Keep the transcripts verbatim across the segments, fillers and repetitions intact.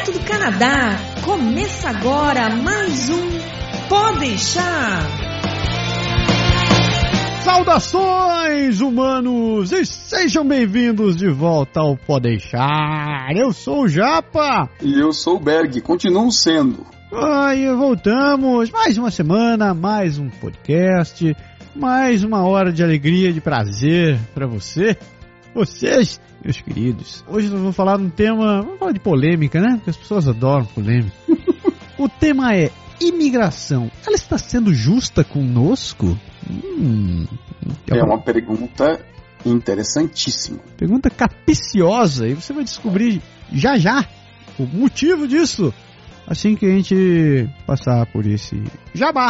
direto do Canadá, começa agora mais um Pode Deixar. Saudações, humanos, e sejam bem-vindos de volta ao Pode Deixar. Eu sou o Japa. E eu sou o Berg, continuo sendo. Aí, voltamos, mais uma semana, mais um podcast, mais uma hora de alegria, de prazer pra você, vocês, meus queridos. Hoje nós vamos falar de um tema, vamos falar de polêmica, né? Porque as pessoas adoram polêmica. O tema é imigração. Ela está sendo justa conosco? Hum, é uma pergunta interessantíssima. Pergunta capiciosa, e você vai descobrir já já o motivo disso assim que a gente passar por esse jabá.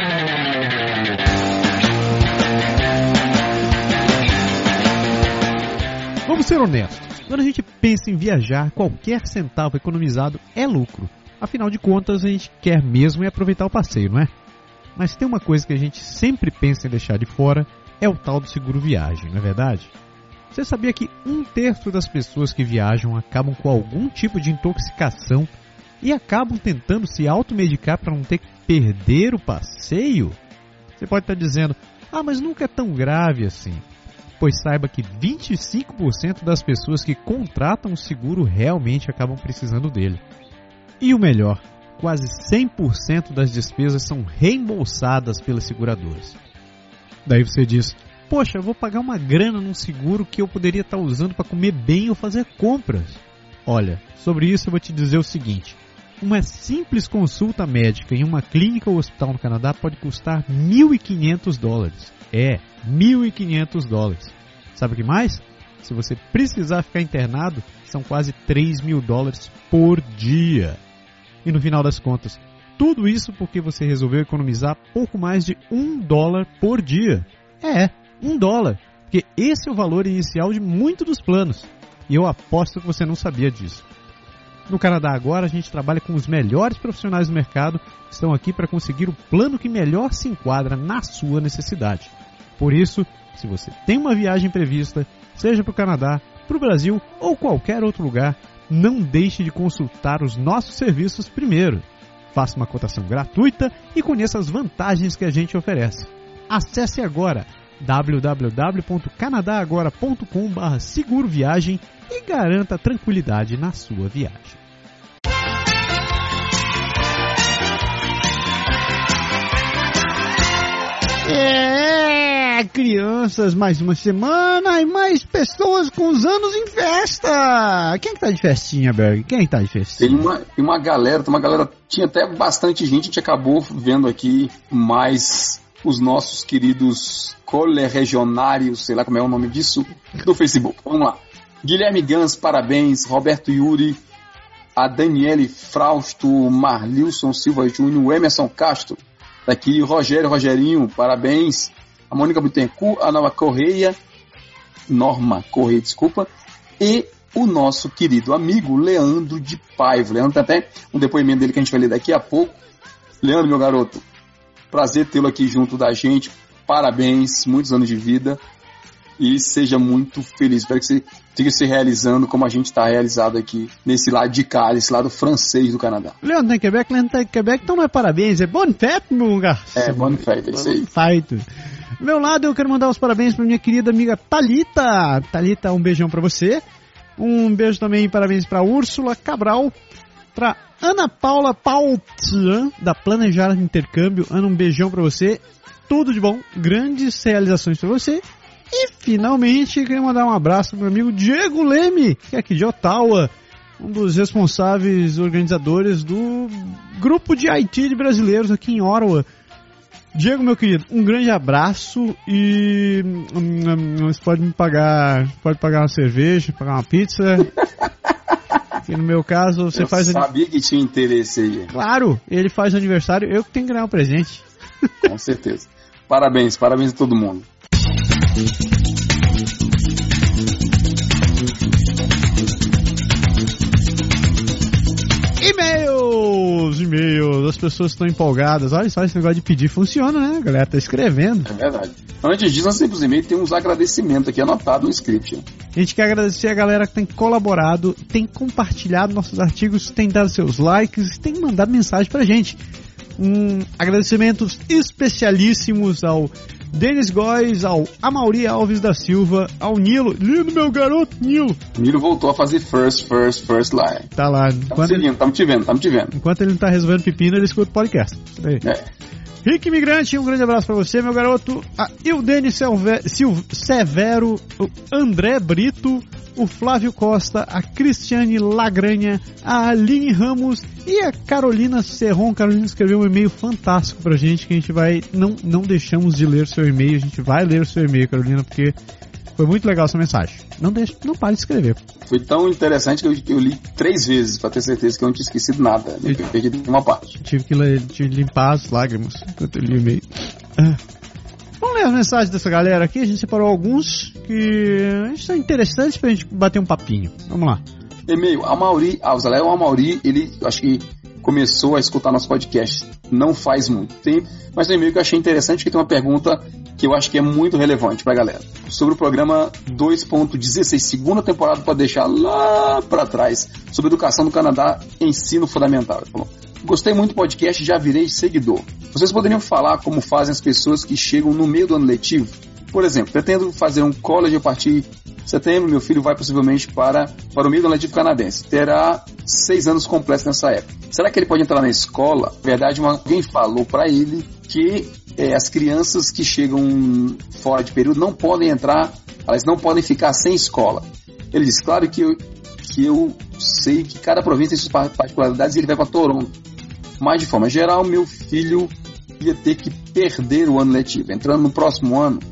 Vamos ser honestos. Quando a gente pensa em viajar, qualquer centavo economizado é lucro. Afinal de contas, a gente quer mesmo é aproveitar o passeio, não é? Mas tem uma coisa que a gente sempre pensa em deixar de fora, é o tal do seguro viagem, não é verdade? Você sabia que um terço das pessoas que viajam acabam com algum tipo de intoxicação e acabam tentando se automedicar para não ter que perder o passeio? Você pode estar dizendo, ah, mas nunca é tão grave assim. Pois saiba que vinte e cinco por cento das pessoas que contratam o seguro realmente acabam precisando dele. E o melhor, quase cem por cento das despesas são reembolsadas pelas seguradoras. Daí você diz, poxa, eu vou pagar uma grana num seguro que eu poderia estar usando para comer bem ou fazer compras. Olha, sobre isso eu vou te dizer o seguinte. Uma simples consulta médica em uma clínica ou hospital no Canadá pode custar mil e quinhentos dólares. É, mil e quinhentos dólares. Sabe o que mais? Se você precisar ficar internado, são quase três mil dólares por dia. E no final das contas, tudo isso porque você resolveu economizar pouco mais de um dólar por dia. É, um dólar. Porque esse é o valor inicial de muitos dos planos. E eu aposto que você não sabia disso. No Canadá agora, a gente trabalha com os melhores profissionais do mercado que estão aqui para conseguir o plano que melhor se enquadra na sua necessidade. Por isso, se você tem uma viagem prevista, seja para o Canadá, para o Brasil ou qualquer outro lugar, não deixe de consultar os nossos serviços primeiro. Faça uma cotação gratuita e conheça as vantagens que a gente oferece. Acesse agora w w w ponto canadá agora ponto com barra seguro viagem e garanta tranquilidade na sua viagem. É, crianças, mais uma semana e mais pessoas com os anos em festa. Quem que tá de festinha, Berg? Quem tá de festinha? Tem uma, tem uma galera, tem uma galera, tinha até bastante gente, a gente acabou vendo aqui mais os nossos queridos colerregionários, sei lá como é o nome disso, do Facebook. Vamos lá. Guilherme Gans, parabéns. Roberto Yuri, a Daniele Frausto, Marlilson Silva Júnior, Emerson Castro, daqui, Rogério Rogerinho, parabéns. A Mônica Bittencourt, a Nova Correia, Norma Correia, desculpa, e o nosso querido amigo Leandro de Paiva. Leandro tem até um depoimento dele que a gente vai ler daqui a pouco. Leandro, meu garoto, prazer tê-lo aqui junto da gente, parabéns, muitos anos de vida e seja muito feliz. Espero que você esteja se realizando como a gente está realizado aqui nesse lado de cá, esse lado francês do Canadá. Leandro tá em Quebec, Leandro tá em Quebec, então não é parabéns, é bonne fête, meu garçom. É, bonne fête, é isso aí. Feito. Do meu lado, eu quero mandar os parabéns para minha querida amiga Thalita. Thalita, um beijão para você. Um beijo também, parabéns para Úrsula Cabral, para Ana Paula Pautian, da Planejar Intercâmbio. Ana, um beijão para você. Tudo de bom, grandes realizações para você. E, finalmente, queria mandar um abraço pro meu amigo Diego Leme, que é aqui de Ottawa, um dos responsáveis organizadores do grupo de I T de brasileiros aqui em Ottawa. Diego, meu querido, um grande abraço e hum, você pode me pagar, pode pagar uma cerveja, pagar uma pizza. E no meu caso, você eu faz... Eu sabia que tinha interesse aí. Claro, ele faz aniversário, eu que tenho que ganhar um presente. Com certeza. Parabéns, parabéns a todo mundo. E-mails, e-mails, as pessoas estão empolgadas. Olha só, esse negócio de pedir funciona, né? A galera tá escrevendo. É verdade. Antes disso, nós temos e-mail, tem uns agradecimentos aqui anotados no script. A gente quer agradecer a galera que tem colaborado, tem compartilhado nossos artigos, tem dado seus likes, tem mandado mensagem pra gente. Um, agradecimentos especialíssimos ao Denis Góes, ao Amauri Alves da Silva, ao Nilo. Lindo, meu garoto, Nilo. Nilo voltou a fazer first, first, first line. Tá lá. Estamos te vendo, estamos te vendo, estamos te vendo. Enquanto ele não tá resolvendo pepino, ele escuta o podcast. É. Rick Imigrante, um grande abraço pra você, meu garoto. A Ildene Selve- Sil- Severo, o André Brito, o Flávio Costa, a Cristiane Lagranha, a Aline Ramos e a Carolina Serron. Carolina escreveu um e-mail fantástico pra gente, que a gente vai... Não, não deixamos de ler seu e-mail, a gente vai ler o seu e-mail, Carolina, porque foi muito legal essa mensagem. Não, deixe, não pare de escrever. Foi tão interessante que eu, eu li três vezes pra ter certeza que eu não tinha esquecido nada. Não tinha perdido nenhuma parte. Tive que, ler, tive que limpar as lágrimas enquanto eu li o e-mail. Ah. Vamos ler as mensagens dessa galera aqui. A gente separou alguns que são interessantes pra gente bater um papinho. Vamos lá. E-mail, a Mauri Alves. O Amauri, ele, acho que começou a escutar nosso podcast não faz muito tempo, mas tem um e-mail que eu achei interessante, que tem uma pergunta que eu acho que é muito relevante pra galera. Sobre o programa dois ponto dezesseis, segunda temporada, pode deixar lá pra trás, sobre educação no Canadá, ensino fundamental. Ele falou: gostei muito do podcast e já virei seguidor. Vocês poderiam falar como fazem as pessoas que chegam no meio do ano letivo? Por exemplo, pretendo fazer um college a partir de setembro, meu filho vai possivelmente para, para o meio do ano letivo canadense. Terá seis anos completos nessa época. Será que ele pode entrar na escola? Na verdade, uma, alguém falou para ele que é, as crianças que chegam fora de período não podem entrar, elas não podem ficar sem escola. Ele disse, claro que eu, que eu sei que cada província tem suas particularidades e ele vai para Toronto. Mas, de forma geral, meu filho ia ter que perder o ano letivo. Entrando no próximo ano,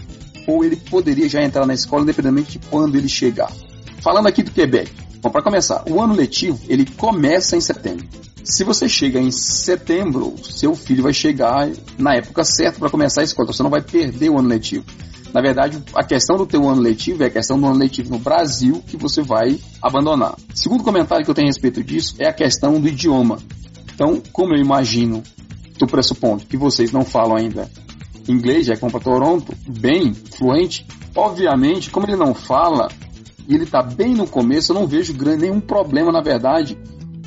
ou ele poderia já entrar na escola, independente de quando ele chegar. Falando aqui do Quebec, bom, para começar, o ano letivo, ele começa em setembro. Se você chega em setembro, seu filho vai chegar na época certa para começar a escola, então você não vai perder o ano letivo. Na verdade, a questão do teu ano letivo é a questão do ano letivo no Brasil que você vai abandonar. Segundo comentário que eu tenho a respeito disso é a questão do idioma. Então, como eu imagino, estou pressupondo que vocês não falam ainda inglês, já vão para Toronto, bem fluente, obviamente, como ele não fala e ele está bem no começo, eu não vejo grande, nenhum problema, na verdade,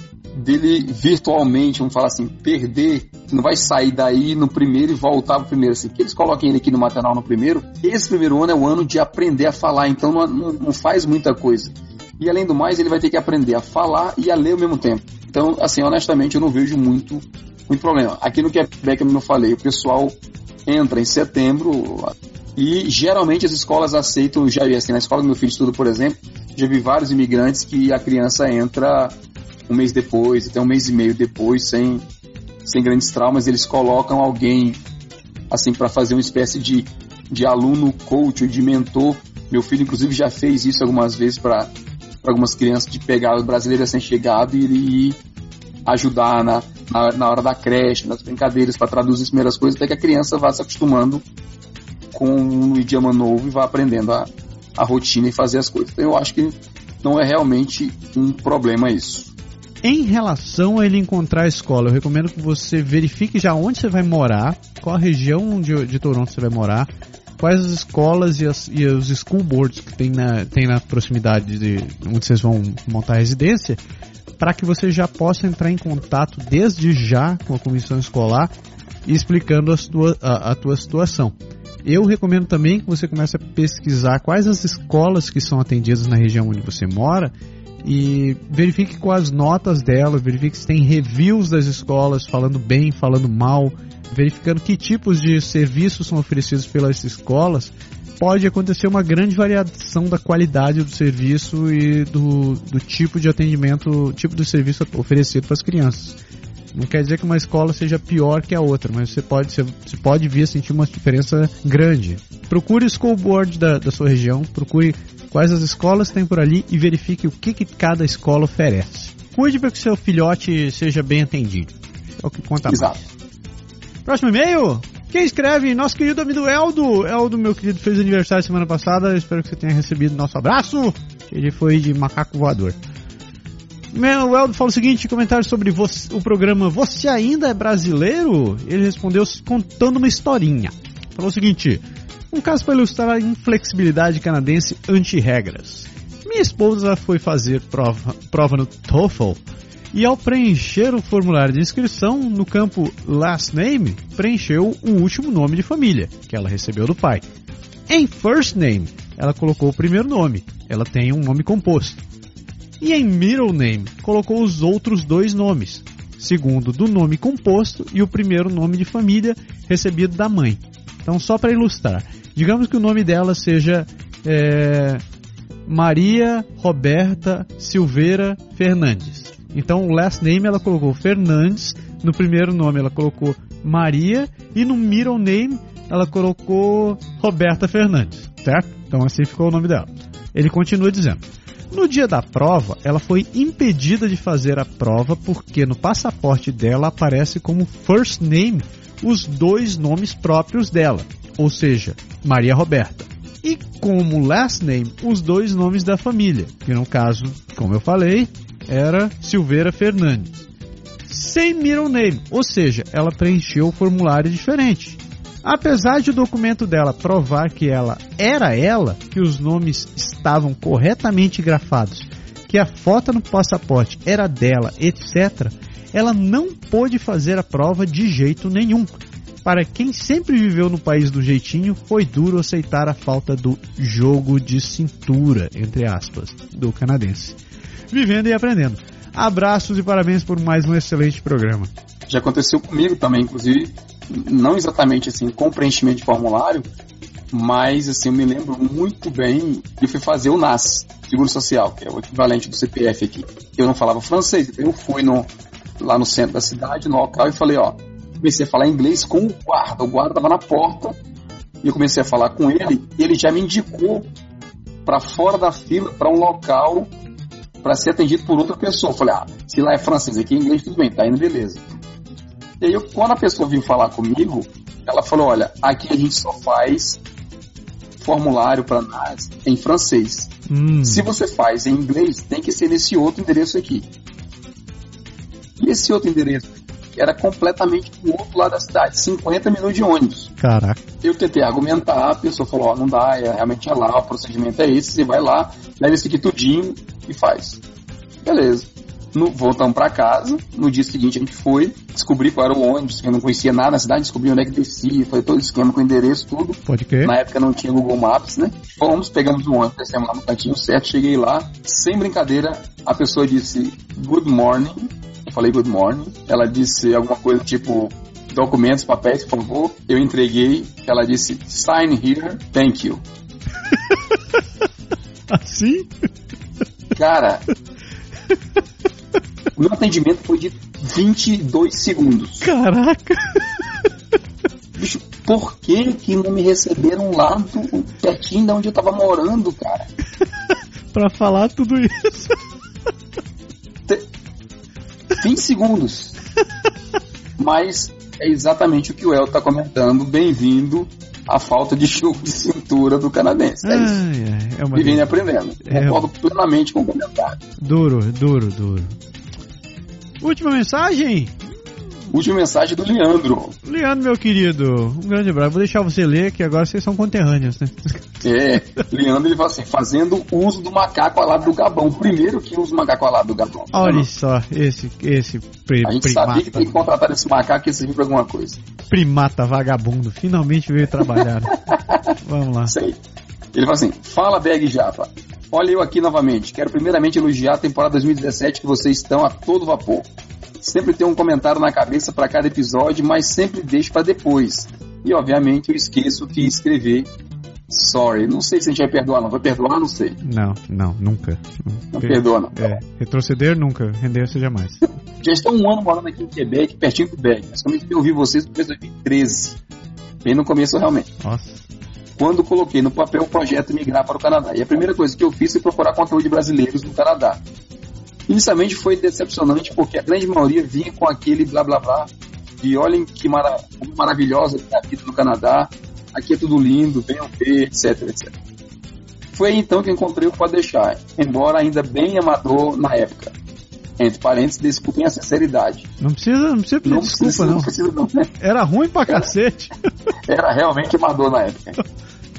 dele virtualmente, vamos falar assim, perder, não vai sair daí no primeiro e voltar para o primeiro, assim, que eles coloquem ele aqui no maternal no primeiro. Esse primeiro ano é o ano de aprender a falar, então não, não, não faz muita coisa. E além do mais, ele vai ter que aprender a falar e a ler ao mesmo tempo. Então, assim, honestamente, eu não vejo muito, muito problema. Aqui no Quebec, como eu falei, o pessoal entra em setembro e geralmente as escolas aceitam, já vi assim, na escola do meu filho estuda, por exemplo, já vi vários imigrantes que a criança entra um mês depois, até um mês e meio depois, sem, sem grandes traumas, eles colocam alguém assim para fazer uma espécie de, de aluno coach ou de mentor. Meu filho inclusive já fez isso algumas vezes para algumas crianças, de pegar o brasileiro recém-chegado e ele ir ajudar na, na, na hora da creche, nas brincadeiras, para traduzir as primeiras coisas, até que a criança vá se acostumando com um idioma novo e vá aprendendo a, a rotina e fazer as coisas. Então eu acho que não é realmente um problema isso. Em relação a ele encontrar a escola, eu recomendo que você verifique já onde você vai morar, qual a região de, de Toronto você vai morar, quais as escolas e, as, e os school boards que tem na, tem na proximidade de onde vocês vão montar a residência, para que você já possa entrar em contato desde já com a comissão escolar e explicando a, sua, a, a tua situação. Eu recomendo também que você comece a pesquisar quais as escolas que são atendidas na região onde você mora e verifique quais as notas delas, verifique se tem reviews das escolas, falando bem, falando mal, verificando que tipos de serviços são oferecidos pelas escolas. Pode acontecer uma grande variação da qualidade do serviço e do, do tipo de atendimento, tipo de serviço oferecido para as crianças. Não quer dizer que uma escola seja pior que a outra, mas você pode, você pode vir a sentir uma diferença grande. Procure o school board da, da sua região, procure quais as escolas tem por ali e verifique o que, que cada escola oferece. Cuide para que seu filhote seja bem atendido. É o que conta mais. Exato. Próximo e-mail? Quem escreve? Nosso querido amigo Eldo. Eldo, meu querido, fez aniversário semana passada. Espero que você tenha recebido nosso abraço. Ele foi de macaco voador. O Eldo fala o seguinte, comentário sobre você, o programa Você Ainda é Brasileiro? Ele respondeu contando uma historinha. Falou o seguinte: Um caso para ilustrar a inflexibilidade canadense anti-regras. Minha esposa foi fazer prova, prova no TOEFL e ao preencher o formulário de inscrição, no campo Last Name, preencheu o último nome de família, que ela recebeu do pai. Em First Name, ela colocou o primeiro nome, ela tem um nome composto. E em Middle Name, colocou os outros dois nomes, segundo do nome composto e o primeiro nome de família recebido da mãe. Então, só para ilustrar, digamos que o nome dela seja é, Maria Roberta Silveira Fernandes. Então, o last name ela colocou Fernandes, no primeiro nome ela colocou Maria e no middle name ela colocou Roberta Fernandes, certo? Então, assim ficou o nome dela. Ele continua dizendo: no dia da prova, ela foi impedida de fazer a prova porque no passaporte dela aparece como first name os dois nomes próprios dela, ou seja, Maria Roberta. E como last name, os dois nomes da família, que no caso, como eu falei, era Silveira Fernandes. Sem middle name, ou seja, ela preencheu o formulário diferente. Apesar de o documento dela provar que ela era ela, que os nomes estavam corretamente grafados, que a foto no passaporte era dela, etcétera, ela não pôde fazer a prova de jeito nenhum. Para quem sempre viveu no país do jeitinho, foi duro aceitar a falta do jogo de cintura, entre aspas, do canadense. Vivendo e aprendendo. Abraços e parabéns por mais um excelente programa. Já aconteceu comigo também, inclusive, não exatamente assim com preenchimento de formulário, mas assim, eu me lembro muito bem que eu fui fazer o N A S, Seguro Social, que é o equivalente do C P F aqui. Eu não falava francês, então eu fui no, lá no centro da cidade, no local, e falei, ó, comecei a falar inglês com o guarda, o guarda estava na porta, e eu comecei a falar com ele, e ele já me indicou para fora da fila, para um local, para ser atendido por outra pessoa. Eu falei, ah, se lá é francês, aqui é inglês, tudo bem, tá indo, beleza. E aí, eu, quando a pessoa veio falar comigo, ela falou, olha, aqui a gente só faz formulário para N A S em francês. Hum. Se você faz em inglês, tem que ser nesse outro endereço aqui. E esse outro endereço era completamente do outro lado da cidade, cinquenta minutos de ônibus. Caraca. Eu tentei argumentar, a pessoa falou, ó, não dá, é, realmente é lá, o procedimento é esse, você vai lá, leva isso aqui tudinho e faz. Beleza. No, voltamos pra casa, no dia seguinte a gente foi, descobri qual era o ônibus, eu não conhecia nada na cidade, descobri onde é que descia, foi todo o esquema com o endereço, tudo. Pode crer. Na época não tinha Google Maps, né? Fomos, pegamos o ônibus, descemos lá no cantinho certo, cheguei lá, sem brincadeira, a pessoa disse, good morning, eu falei good morning, ela disse alguma coisa tipo, documentos, papéis, por favor, eu entreguei, ela disse, sign here, thank you. Assim? Cara... O meu atendimento foi de vinte e dois segundos. Caraca! Bicho, por que que não me receberam lá do, pertinho de onde eu tava morando, cara? Pra falar tudo isso. vinte segundos. Mas é exatamente o que o El tá comentando. Bem-vindo à falta de jogo de cintura do canadense. É isso. Ai, é uma Vivendo e aprendendo. É... Concordo plenamente com o comentário. Duro, duro, duro. Última mensagem? Última mensagem do Leandro. Leandro, meu querido, um grande abraço. Vou deixar você ler, que agora vocês são conterrâneos, né? É, Leandro, ele fala assim, fazendo uso do macaco alado do Gabão. Primeiro que usa o macaco alado do Gabão. Olha só, esse, esse pri, A gente primata. sabia que tem que contratar esse macaco que servir pra alguma coisa. Primata vagabundo, finalmente veio trabalhar. Vamos lá. Sei. Ele fala assim, fala Beg Japa. Olha eu aqui novamente. Quero primeiramente elogiar a temporada dois mil e dezessete que vocês estão a todo vapor. Sempre tem um comentário na cabeça para cada episódio, mas sempre deixo para depois. E obviamente eu esqueço de escrever. Sorry. Não sei se a gente vai perdoar, não. Vai perdoar? Não sei. Não, não, nunca. Não per... perdoa, não. É, retroceder nunca, render-se jamais. Já estou um ano morando aqui em Quebec, pertinho do Quebec. Mas como eu ouvi vocês no começo de dois mil e treze. Bem no começo, realmente. Nossa. Quando coloquei no papel o projeto migrar para o Canadá. E a primeira coisa que eu fiz foi procurar conteúdo de brasileiros no Canadá. Inicialmente foi decepcionante porque a grande maioria vinha com aquele blá blá blá de olhem que mara- maravilhosa que é a vida no Canadá, aqui é tudo lindo, venham ver, etc, etcétera. Foi aí então que encontrei o Pode Deixar, embora ainda bem amador na época. Entre parênteses, desculpem a sinceridade. Não precisa, não precisa pedir não desculpa, precisa, não. não, precisa, não né? Era ruim pra Era, cacete. era realmente amador na época.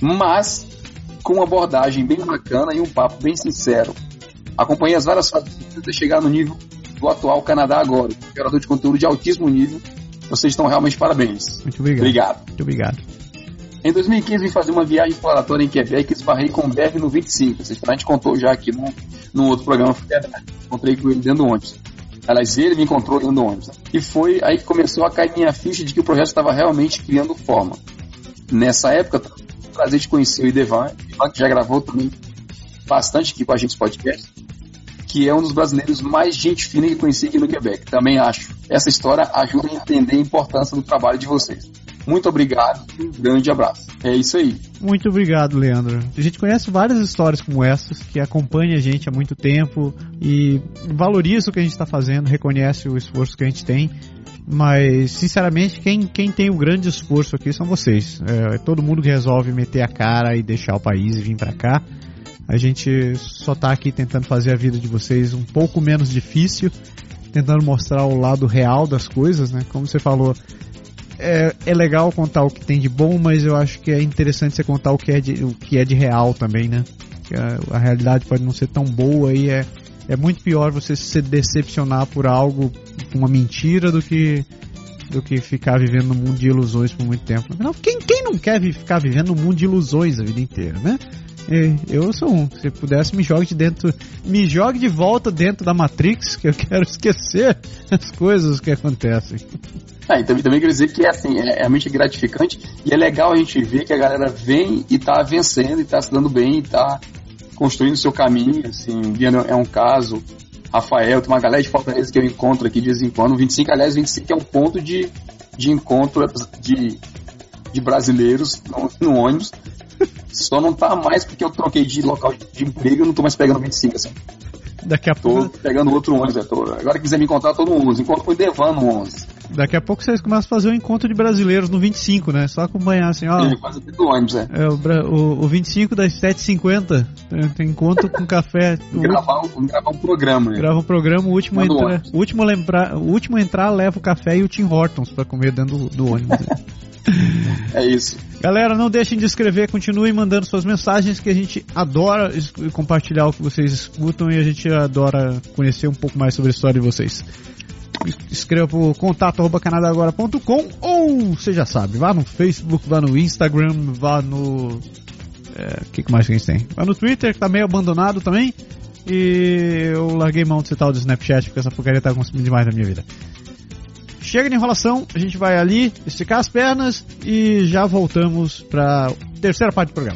mas com uma abordagem bem bacana e um papo bem sincero. Acompanhei as várias fases até chegar no nível do atual Canadá agora, criador de conteúdo de altíssimo nível. Vocês estão realmente parabéns. Muito obrigado. Obrigado. Muito obrigado. Em dois mil e quinze, vim fazer uma viagem exploratória em Quebec e esbarrei com o Berg no vinte e cinco. A gente contou já aqui num, num outro programa. Encontrei com ele dentro do ônibus. Aliás, ele me encontrou dentro do ônibus. E foi aí que começou a cair minha ficha de que o projeto estava realmente criando forma. Nessa época, tive o prazer de conhecer o Idevan, que já gravou também bastante aqui com a gente esse podcast, que é um dos brasileiros mais gente fina que conheci aqui no Quebec. Também acho. Essa história ajuda a entender a importância do trabalho de vocês. Muito obrigado e um grande abraço. É isso aí. Muito obrigado, Leandro. A gente conhece várias histórias como essas, que acompanha a gente há muito tempo e valoriza o que a gente está fazendo, reconhece o esforço que a gente tem, mas, sinceramente, quem, quem tem o grande esforço aqui são vocês. É, é todo mundo que resolve meter a cara e deixar o país e vir para cá. A gente só está aqui tentando fazer a vida de vocês um pouco menos difícil, tentando mostrar o lado real das coisas, né? Como você falou, É, é legal contar o que tem de bom, mas eu acho que é interessante você contar o que é de, o que é de real também, né? Que a, a realidade pode não ser tão boa e é, é muito pior você se decepcionar por algo, uma mentira, do que, do que ficar vivendo num mundo de ilusões por muito tempo. Afinal, quem, quem não quer ficar vivendo num mundo de ilusões a vida inteira, né? Eu sou um. Se pudesse, me jogue de dentro, me jogue de volta dentro da Matrix, que eu quero esquecer as coisas que acontecem. Ah, e também, também quero dizer que é assim, é realmente gratificante e é legal a gente ver que a galera vem e tá vencendo e tá se dando bem e tá construindo o seu caminho, assim. Viana é um caso, Rafael, tem uma galera de Fortaleza que eu encontro aqui de vez em quando. vinte e cinco, aliás, vinte e cinco é um ponto de, de encontro de, de brasileiros no, no ônibus. Só não tá mais porque eu troquei de local de emprego e não tô mais pegando vinte e cinco, assim. Daqui a tô pouco... pegando outro ônibus, é, tô... agora que quiser me encontrar, tô no onze. Encontro com o Idevan no onze. Daqui a pouco vocês começam a fazer um encontro de brasileiros no vinte e cinco, né? Só acompanhar assim, ó. É, quase dentro do ônibus, é. É o, o, o vinte e cinco das sete e cinquenta. Tem encontro com café. gravar, último, gravar um programa, né? Grava um programa, o último, entra, o, último lembrar, o último entrar leva o café e o Tim Hortons pra comer dentro do, do ônibus. É isso. Galera, não deixem de escrever, continuem mandando suas mensagens, que a gente adora compartilhar o que vocês escutam e a gente adora conhecer um pouco mais sobre a história de vocês. Escreva por contato arroba canadagora ponto com, ou você já sabe, vá no Facebook, vá no Instagram, vá no... É, o que mais que a gente tem? Vá no Twitter, que tá meio abandonado também. E eu larguei mão desse tal do Snapchat, porque essa porcaria tá consumindo demais na minha vida. Chega de enrolação, a gente vai ali esticar as pernas e já voltamos para a terceira parte do programa.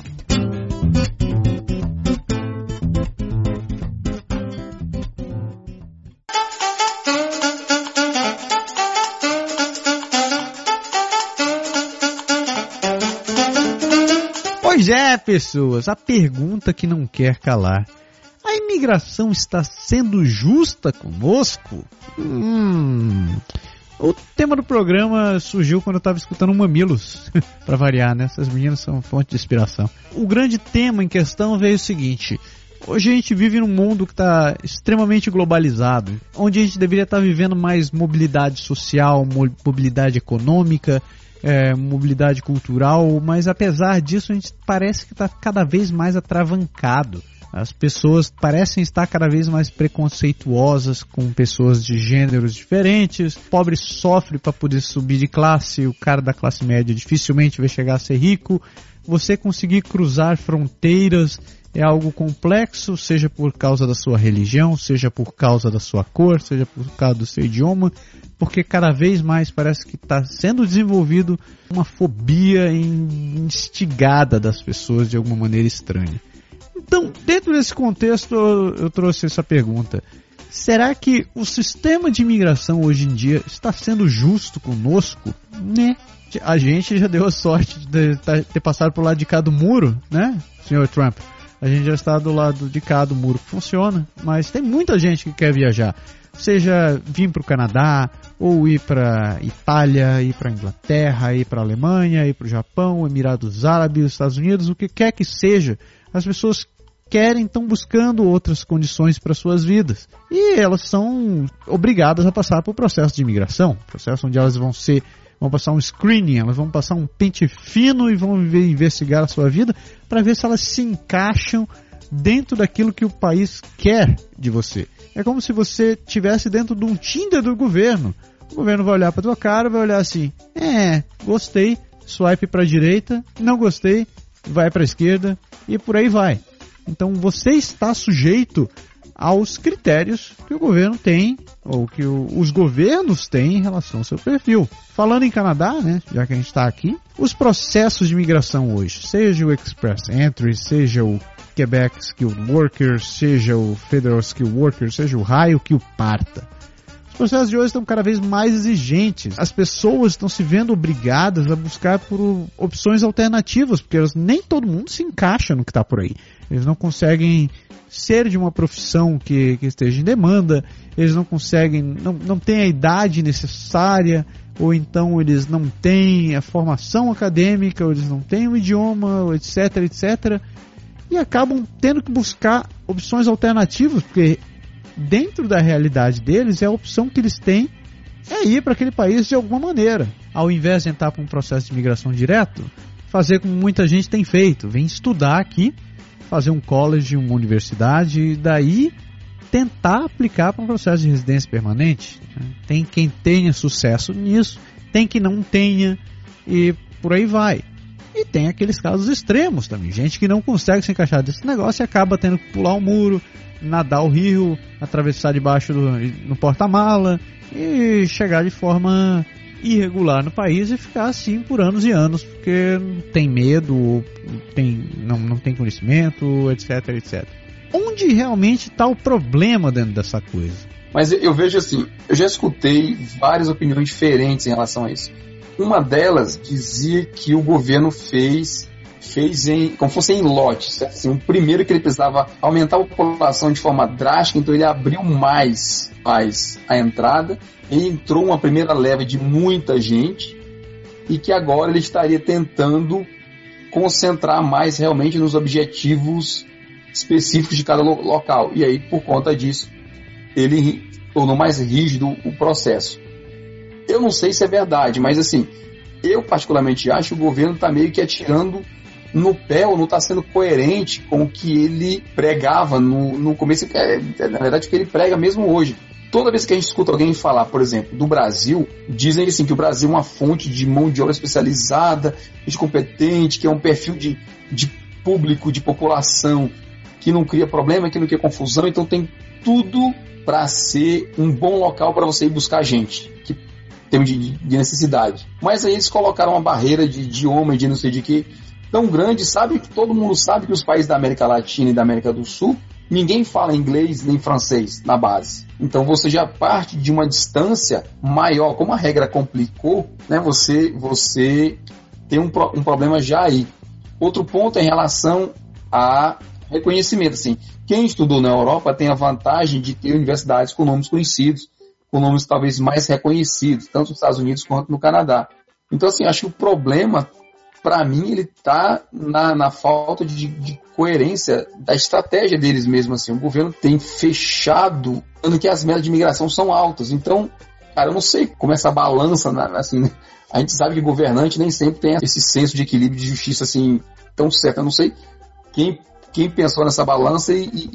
Pois é, pessoas, a pergunta que não quer calar. A imigração está sendo justa conosco? Hum... O tema do programa surgiu quando eu estava escutando Mamilos, para variar, né? Essas meninas são fonte de inspiração. O grande tema em questão veio o seguinte: hoje a gente vive num mundo que está extremamente globalizado, onde a gente deveria estar vivendo mais mobilidade social, mobilidade econômica, é, mobilidade cultural, mas apesar disso a gente parece que está cada vez mais atravancado. As pessoas parecem estar cada vez mais preconceituosas com pessoas de gêneros diferentes. O pobre sofre para poder subir de classe, o cara da classe média dificilmente vai chegar a ser rico. Você conseguir cruzar fronteiras é algo complexo, seja por causa da sua religião, seja por causa da sua cor, seja por causa do seu idioma, porque cada vez mais parece que está sendo desenvolvido uma fobia instigada das pessoas de alguma maneira estranha. Então, dentro desse contexto, eu trouxe essa pergunta. Será que o sistema de imigração hoje em dia está sendo justo conosco? Né? A gente já deu a sorte de ter passado por lado de cá do muro, né, senhor Trump? A gente já está do lado de cá do muro que funciona, mas tem muita gente que quer viajar. Seja vir para o Canadá, ou ir para Itália, ir para Inglaterra, ir para Alemanha, ir para o Japão, Emirados Árabes, Estados Unidos, o que quer que seja. As pessoas querem, estão buscando outras condições para suas vidas. E elas são obrigadas a passar por processo de imigração, processo onde elas vão ser vão passar um screening, elas vão passar um pente fino e vão investigar a sua vida para ver se elas se encaixam dentro daquilo que o país quer de você. É como se você estivesse dentro de um Tinder do governo. O governo vai olhar para tua cara, vai olhar assim, é, gostei, swipe para a direita, não gostei, vai para a esquerda e por aí vai. Então você está sujeito aos critérios que o governo tem, ou que o, os governos têm em relação ao seu perfil. Falando em Canadá, né, já que a gente está aqui, os processos de imigração hoje, seja o Express Entry, seja o Quebec Skilled Worker, seja o Federal Skilled Worker, seja o raio que o parta. Os processos de hoje estão cada vez mais exigentes. As pessoas estão se vendo obrigadas a buscar por opções alternativas, porque elas, nem todo mundo se encaixa no que está por aí. Eles não conseguem ser de uma profissão que, que esteja em demanda, eles não conseguem, não, não têm a idade necessária, ou então eles não têm a formação acadêmica, ou eles não têm o idioma, etc, etcétera. E acabam tendo que buscar opções alternativas, porque dentro da realidade deles, é a opção que eles têm é ir para aquele país de alguma maneira. Ao invés de entrar para um processo de imigração direto, fazer como muita gente tem feito, vem estudar aqui, fazer um college, uma universidade, e daí tentar aplicar para um processo de residência permanente. Tem quem tenha sucesso nisso, tem quem não tenha, e por aí vai. E tem aqueles casos extremos também, gente que não consegue se encaixar desse negócio e acaba tendo que pular o muro, nadar o rio, atravessar debaixo do no porta-mala e chegar de forma irregular no país e ficar assim por anos e anos, porque tem medo, tem, não, não tem conhecimento, etc, etcétera. Onde realmente está o problema dentro dessa coisa? Mas eu vejo assim, eu já escutei várias opiniões diferentes em relação a isso. Uma delas dizia que o governo fez, fez em, como fosse em lotes. Assim, o primeiro que ele precisava aumentar a população de forma drástica, então ele abriu mais, mais a entrada, e entrou uma primeira leva de muita gente, e que agora ele estaria tentando concentrar mais realmente nos objetivos específicos de cada lo- local. E aí, por conta disso, ele tornou mais rígido o processo. Eu não sei se é verdade, mas assim, eu particularmente acho que o governo está meio que atirando no pé, ou não está sendo coerente com o que ele pregava no, no começo, que é, na verdade, o que ele prega mesmo hoje. Toda vez que a gente escuta alguém falar, por exemplo, do Brasil, dizem assim, que o Brasil é uma fonte de mão de obra especializada, de competente, que é um perfil de, de público, de população, que não cria problema, que não cria confusão, então tem tudo para ser um bom local para você ir buscar gente, que tem de, de necessidade. Mas aí eles colocaram uma barreira de idioma e de não sei de que tão grande, sabe que todo mundo sabe que os países da América Latina e da América do Sul, ninguém fala inglês nem francês na base. Então você já parte de uma distância maior. Como a regra complicou, né, você, você tem um, um problema já aí. Outro ponto é em relação a reconhecimento. Assim, quem estudou na Europa tem a vantagem de ter universidades com nomes conhecidos, com nomes talvez mais reconhecidos, tanto nos Estados Unidos quanto no Canadá. Então, assim, acho que o problema, para mim, ele está na, na falta de, de coerência da estratégia deles mesmo. Assim. O governo tem fechado, dando que as metas de imigração são altas. Então, cara, eu não sei como essa balança, assim, a gente sabe que governante nem sempre tem esse senso de equilíbrio de justiça assim, tão certo. Eu não sei quem... Quem pensou nessa balança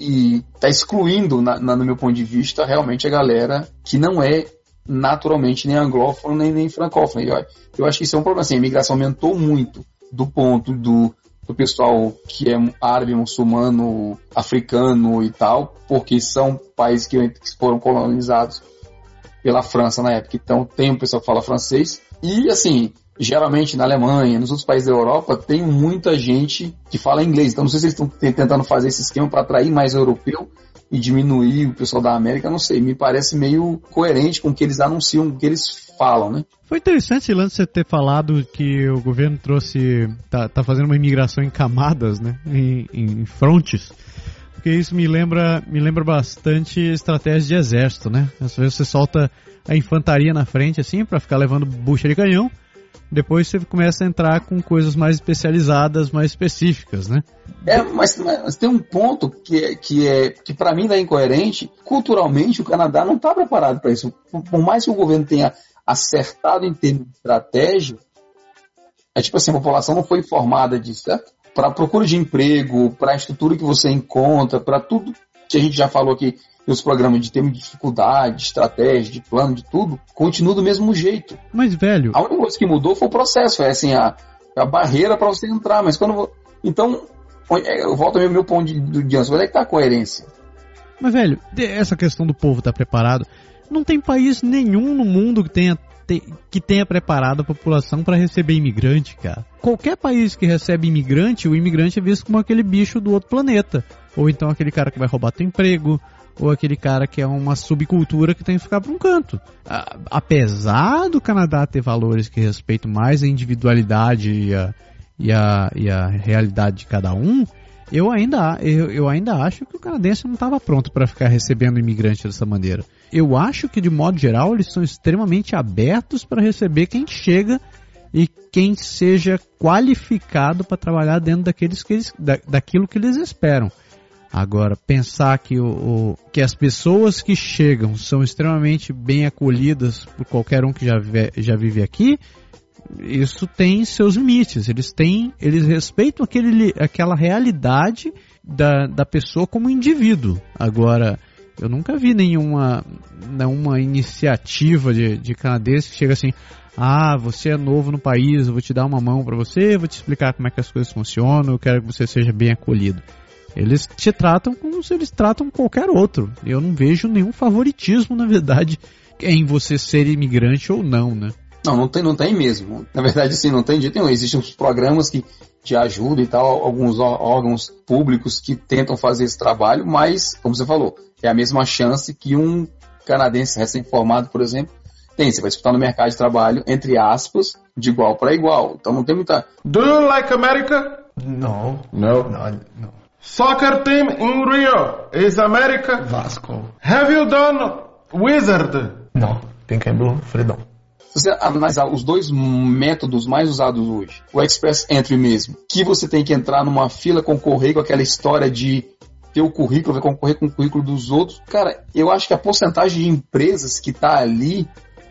e está excluindo, na, na, no meu ponto de vista, realmente a galera que não é naturalmente nem anglófono nem, nem francófono. Eu, eu acho que isso é um problema. Assim, a imigração aumentou muito do ponto do, do pessoal que é árabe, muçulmano, africano e tal, porque são países que, que foram colonizados pela França na época. Então tem um pessoal que fala francês e, assim... Geralmente na Alemanha, nos outros países da Europa, tem muita gente que fala inglês. Então não sei se eles estão tentando fazer esse esquema para atrair mais europeu e diminuir o pessoal da América, não sei. Me parece meio coerente com o que eles anunciam, o que eles falam, né? Foi interessante esse lance de você ter falado que o governo trouxe, tá, tá fazendo uma imigração em camadas, né? Em, em frontes. Porque isso me lembra, me lembra bastante estratégia de exército, né? Às vezes você solta a infantaria na frente, assim, para ficar levando bucha de canhão. Depois você começa a entrar com coisas mais especializadas, mais específicas, né? É, mas, mas tem um ponto que, é, que, é, que para mim é incoerente. Culturalmente, o Canadá não está preparado para isso. Por, por mais que o governo tenha acertado em termos de estratégia, é tipo assim, a população não foi informada disso, certo? Para a procura de emprego, para a estrutura que você encontra, para tudo que a gente já falou aqui nos programas de termos de dificuldade, de estratégia, de plano, de tudo, continua do mesmo jeito. Mas, velho... A única coisa que mudou foi o processo, foi assim, a, a barreira para você entrar, mas quando... Então, eu volto ao meu ponto de, de, de onde é que está a coerência? Mas, velho, essa questão do povo estar preparado, não tem país nenhum no mundo que tenha, te, que tenha preparado a população para receber imigrante, cara. Qualquer país que recebe imigrante, o imigrante é visto como aquele bicho do outro planeta. Ou então aquele cara que vai roubar teu emprego, ou aquele cara que é uma subcultura que tem que ficar para um canto. A, apesar do Canadá ter valores que respeitam mais a individualidade e a, e a, e a realidade de cada um, Eu ainda, eu, eu ainda acho que o canadense não estava pronto para ficar recebendo imigrante dessa maneira. Eu acho que, de modo geral, eles são extremamente abertos para receber quem chega e quem seja qualificado para trabalhar dentro daqueles que eles, da, daquilo que eles esperam. Agora, pensar que, o, o, que as pessoas que chegam são extremamente bem acolhidas por qualquer um que já, vive, já vive aqui, isso tem seus limites. Eles têm, eles respeitam aquele, aquela realidade da, da pessoa como indivíduo. Agora, eu nunca vi nenhuma, nenhuma iniciativa de, de canadense que chega assim: ah, você é novo no país, eu vou te dar uma mão para você, vou te explicar como é que as coisas funcionam, eu quero que você seja bem acolhido. Eles te tratam como se eles tratam qualquer outro. Eu não vejo nenhum favoritismo, na verdade, em você ser imigrante ou não, né? Não, não tem, não tem mesmo. Na verdade, sim, não tem jeito nenhum. Existem uns programas que te ajudam e tal, alguns órgãos públicos que tentam fazer esse trabalho, mas, como você falou, é a mesma chance que um canadense recém-formado, por exemplo, tem. Você vai disputar no mercado de trabalho, entre aspas, de igual para igual. Então não tem muita... Do you like America? No. No? No, no. Soccer team in Rio is America? Vasco. Have you done Wizard? No. Pink and Blue, Freedom. Se você analisar os dois métodos mais usados hoje, o Express Entry mesmo, que você tem que entrar numa fila, concorrer com aquela história de ter o currículo, vai concorrer com o currículo dos outros. Cara, eu acho que a porcentagem de empresas que está ali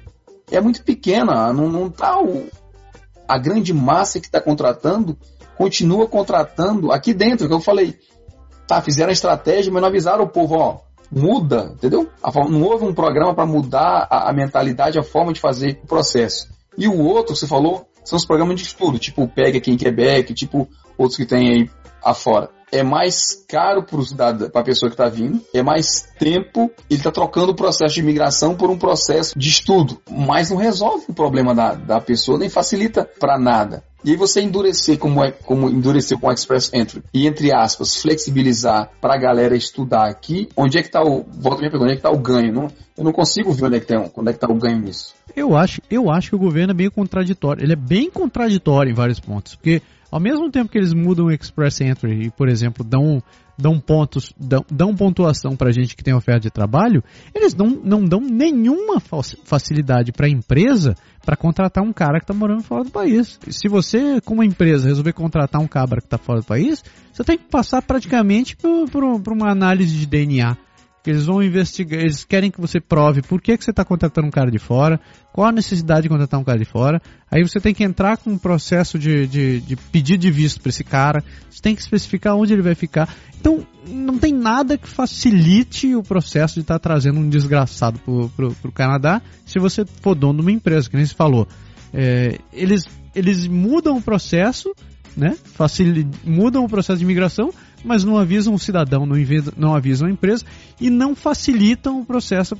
é muito pequena. Não, não tá o, a grande massa que está contratando continua contratando aqui dentro, que eu falei. Tá, fizeram a estratégia, mas não avisaram o povo, ó. Muda, entendeu? Não houve um programa para mudar a, a mentalidade, a forma de fazer o processo. E o outro, você falou, são os programas de estudo, tipo o P E G aqui em Quebec, tipo outros que tem aí afora. É mais caro para a pessoa que está vindo, é mais tempo, ele está trocando o processo de imigração por um processo de estudo, mas não resolve o problema da, da pessoa, nem facilita para nada. E aí você endurecer como, é, como endurecer com o Express Entry e, entre aspas, flexibilizar para a galera estudar aqui, onde é que está o... Volta a minha pergunta, onde é que está o ganho? Não, eu não consigo ver onde é que tem, onde é que está o ganho nisso. Eu acho, eu acho que o governo é meio contraditório. Ele é bem contraditório em vários pontos, porque ao mesmo tempo que eles mudam o Express Entry e, por exemplo, dão, dão pontos, dão, dão pontuação para gente que tem oferta de trabalho, eles não, não dão nenhuma facilidade para a empresa para contratar um cara que está morando fora do país. Se você, como empresa, resolver contratar um cabra que está fora do país, você tem que passar praticamente por, por, por uma análise de D N A. Que eles vão investigar, eles querem que você prove por que, que você está contratando um cara de fora, qual a necessidade de contratar um cara de fora. Aí você tem que entrar com um processo de, de, de pedido de visto para esse cara, você tem que especificar onde ele vai ficar. Então, não tem nada que facilite o processo de estar tá trazendo um desgraçado para o Canadá, se você for dono de uma empresa, que nem você falou. É, eles, eles mudam o processo, né? Facil, mudam o processo de imigração, mas não avisam o cidadão, não, não avisam a empresa e não facilitam o processo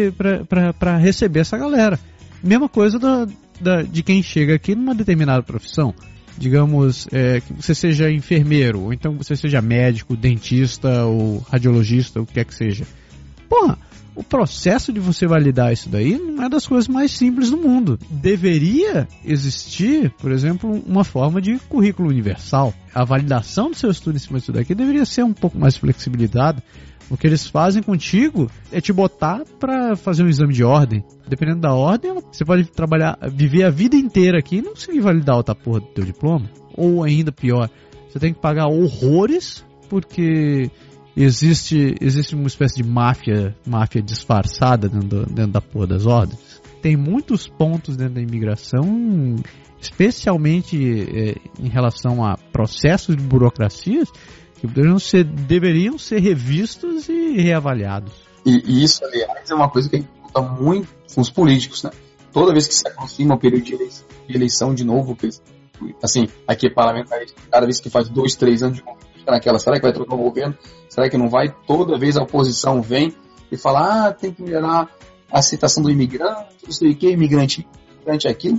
para receber essa galera. Mesma coisa da, da, de quem chega aqui numa determinada profissão. Digamos, é, que você seja enfermeiro, ou então você seja médico, dentista ou radiologista, o que quer que seja. Porra, o processo de você validar isso daí não é das coisas mais simples do mundo. Deveria existir, por exemplo, uma forma de currículo universal. A validação do seu estudo em cima disso daqui deveria ser um pouco mais flexibilizada. O que eles fazem contigo é te botar para fazer um exame de ordem. Dependendo da ordem, você pode trabalhar, viver a vida inteira aqui e não conseguir validar outra porra do teu diploma. Ou ainda pior, você tem que pagar horrores porque Existe, existe uma espécie de máfia, máfia disfarçada dentro, do, dentro da porra das ordens. tem muitos pontos dentro da imigração, especialmente é, em relação a processos de burocracias, que deveriam ser, deveriam ser revistos e reavaliados. E, e isso, aliás, é uma coisa que a gente luta muito com os políticos, né? Toda vez que se aproxima o período de eleição, de eleição de novo, que eles, assim, aqui é parlamentarista, cada vez que faz dois, três anos de governo, fica naquela, será que vai trocar o governo? Será que não vai? Toda vez a oposição vem e fala, ah, tem que melhorar a aceitação do imigrante, não sei o que, imigrante, imigrante aquilo.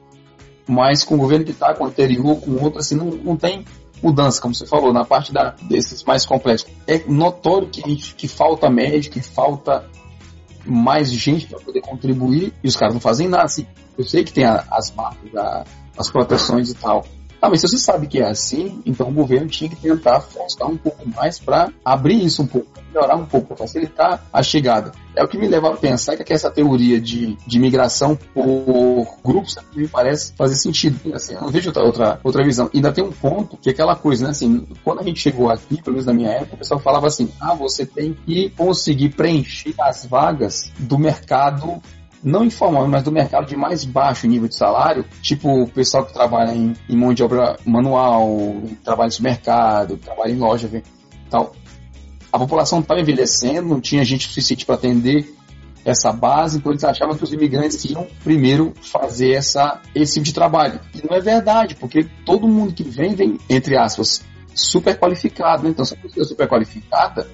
Mas com o governo que está, com o anterior, com o outro, assim, não, não tem mudança, como você falou, na parte da, desses mais complexos. É notório que, a gente, que falta médico, que falta mais gente para poder contribuir, e os caras não fazem nada. Assim, eu sei que tem a, as marcas, a, as proteções e tal. Ah, mas se você sabe que é assim, então o governo tinha que tentar forçar um pouco mais para abrir isso um pouco, melhorar um pouco, para facilitar a chegada. É o que me leva a pensar que essa teoria de, de migração por grupos me parece fazer sentido. Assim, eu não vejo outra, outra, outra visão. E ainda tem um ponto que é aquela coisa, né? Assim, quando a gente chegou aqui, pelo menos na minha época, o pessoal falava assim, ah, você tem que conseguir preencher as vagas do mercado não informal, mas do mercado de mais baixo nível de salário, tipo o pessoal que trabalha em, em mão de obra manual, trabalha em supermercado, trabalha em loja e tal. A população estava envelhecendo, não tinha gente suficiente para atender essa base, então eles achavam que os imigrantes iam primeiro fazer essa, esse tipo de trabalho. E não é verdade, porque todo mundo que vem, vem, entre aspas, super qualificado. Né? Então, se a pessoa é super qualificada,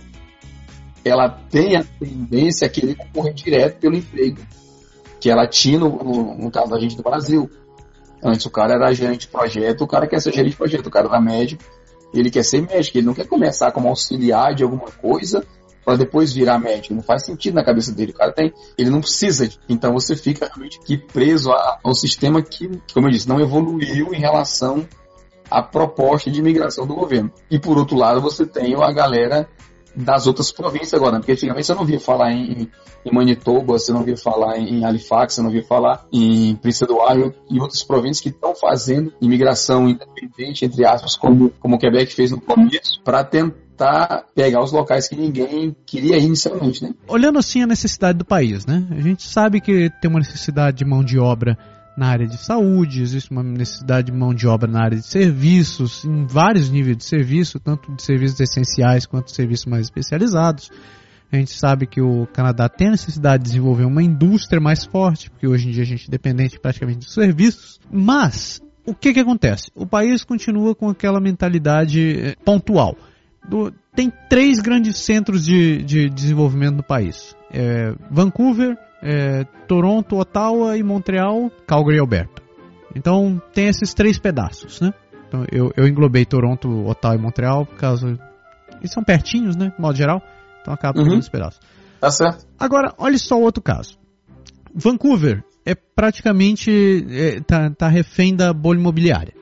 ela tem a tendência a querer concorrer direto pelo emprego que ela tinha no, no, no caso da gente do Brasil. Antes o cara era gerente de projeto, o cara quer ser gerente de projeto, o cara era médico, ele quer ser médico, ele não quer começar como auxiliar de alguma coisa para depois virar médico, não faz sentido na cabeça dele, o cara tem, ele não precisa, então você fica realmente aqui preso a, ao sistema que, como eu disse, não evoluiu em relação à proposta de imigração do governo. E por outro lado você tem a galera das outras províncias agora, porque antigamente você não via falar em, em Manitoba, você não via falar em Halifax, você não via falar em Prince Edward e outras províncias que estão fazendo imigração independente, entre aspas, como, como o Quebec fez no começo, para tentar pegar os locais que ninguém queria ir inicialmente, né? Olhando assim a necessidade do país, né? A gente sabe que tem uma necessidade de mão de obra na área de saúde, existe uma necessidade de mão de obra na área de serviços, em vários níveis de serviço, tanto de serviços essenciais quanto de serviços mais especializados. A gente sabe que o Canadá tem a necessidade de desenvolver uma indústria mais forte, porque hoje em dia a gente é dependente praticamente dos serviços. Mas, o que que acontece? O país continua com aquela mentalidade pontual. Do, tem três grandes centros de, de desenvolvimento no país. É, Vancouver, É, Toronto, Ottawa e Montreal, Calgary e Alberta. Então tem esses três pedaços, né? Então, eu, eu englobei Toronto, Ottawa e Montreal, por causa eles são pertinhos, né? De modo geral, então acaba pegando uhum. esse pedaço. Tá certo. Agora, olha só o outro caso. Vancouver é praticamente é, tá, tá refém da bolha imobiliária.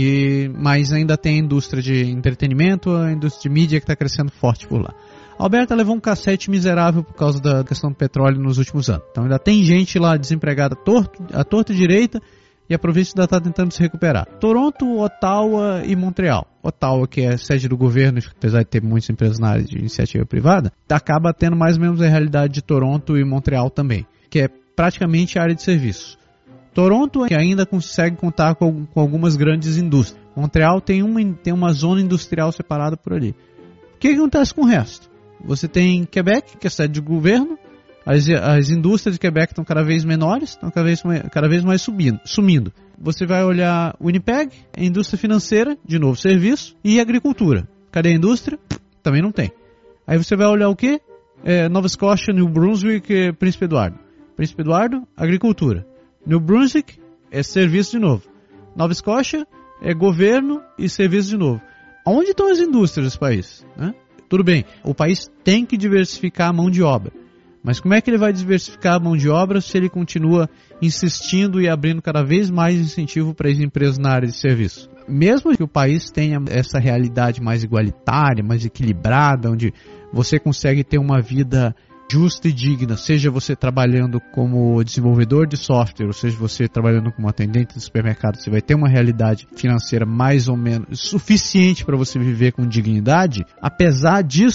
E, mas ainda tem a indústria de entretenimento, a indústria de mídia que está crescendo forte por lá. Alberta levou um cacete miserável por causa da questão do petróleo nos últimos anos. Então ainda tem gente lá desempregada torto, à torta e direita, e a província ainda está tentando se recuperar. Toronto, Ottawa e Montreal. Ottawa, que é sede do governo, apesar de ter muitas empresas na área de iniciativa privada, acaba tendo mais ou menos a realidade de Toronto e Montreal também, que é praticamente a área de serviços. Toronto ainda consegue contar com, com algumas grandes indústrias. Montreal tem uma, tem uma zona industrial separada por ali. O que, que acontece com o resto? Você tem Quebec, que é sede do governo, as, as indústrias de Quebec estão cada vez menores, estão cada vez, cada vez mais subindo, sumindo. Você vai olhar Winnipeg, a indústria financeira, de novo serviço, e agricultura. Cadê a indústria? Também não tem. Aí você vai olhar o quê? É, Nova Scotia, New Brunswick, é, Príncipe Eduardo. Príncipe Eduardo, agricultura. New Brunswick é serviço de novo. Nova Scotia é governo e serviço de novo. Onde estão as indústrias desse país? Né? Tudo bem, o país tem que diversificar a mão de obra. Mas como é que ele vai diversificar a mão de obra se ele continua insistindo e abrindo cada vez mais incentivo para as empresas na área de serviço? Mesmo que o país tenha essa realidade mais igualitária, mais equilibrada, onde você consegue ter uma vida justa e digna, seja você trabalhando como desenvolvedor de software, ou seja você trabalhando como atendente de supermercado, você vai ter uma realidade financeira mais ou menos suficiente para você viver com dignidade. Apesar disso,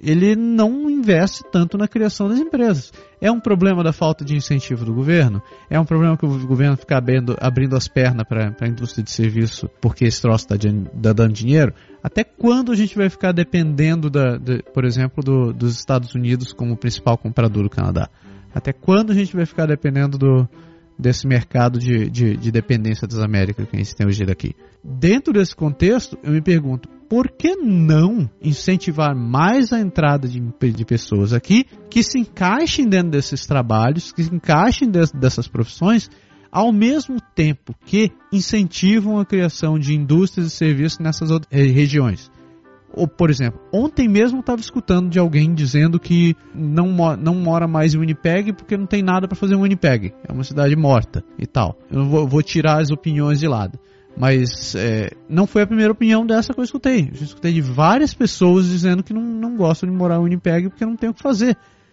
ele não investe tanto na criação das empresas. É um problema da falta de incentivo do governo? É um problema que o governo fica abrindo, abrindo as pernas para a indústria de serviço porque esse troço está tá dando dinheiro? Até quando a gente vai ficar dependendo, da, de, por exemplo, do, dos Estados Unidos como principal comprador do Canadá? Até quando a gente vai ficar dependendo do, desse mercado de, de, de dependência das Américas que a gente tem hoje daqui? Dentro desse contexto, eu me pergunto, por que não incentivar mais a entrada de, de pessoas aqui que se encaixem dentro desses trabalhos, que se encaixem de, dessas profissões, ao mesmo tempo que incentivam a criação de indústrias e serviços nessas regiões? Ou, por exemplo, ontem mesmo eu estava escutando de alguém dizendo que não, não mora mais em Winnipeg porque não tem nada para fazer em Winnipeg. É uma cidade morta e tal. Eu vou, vou tirar as opiniões de lado. Mas é, não foi a primeira opinião dessa que eu escutei. Eu escutei de várias pessoas dizendo que não, não gostam de morar em Winnipeg porque não tem o que fazer.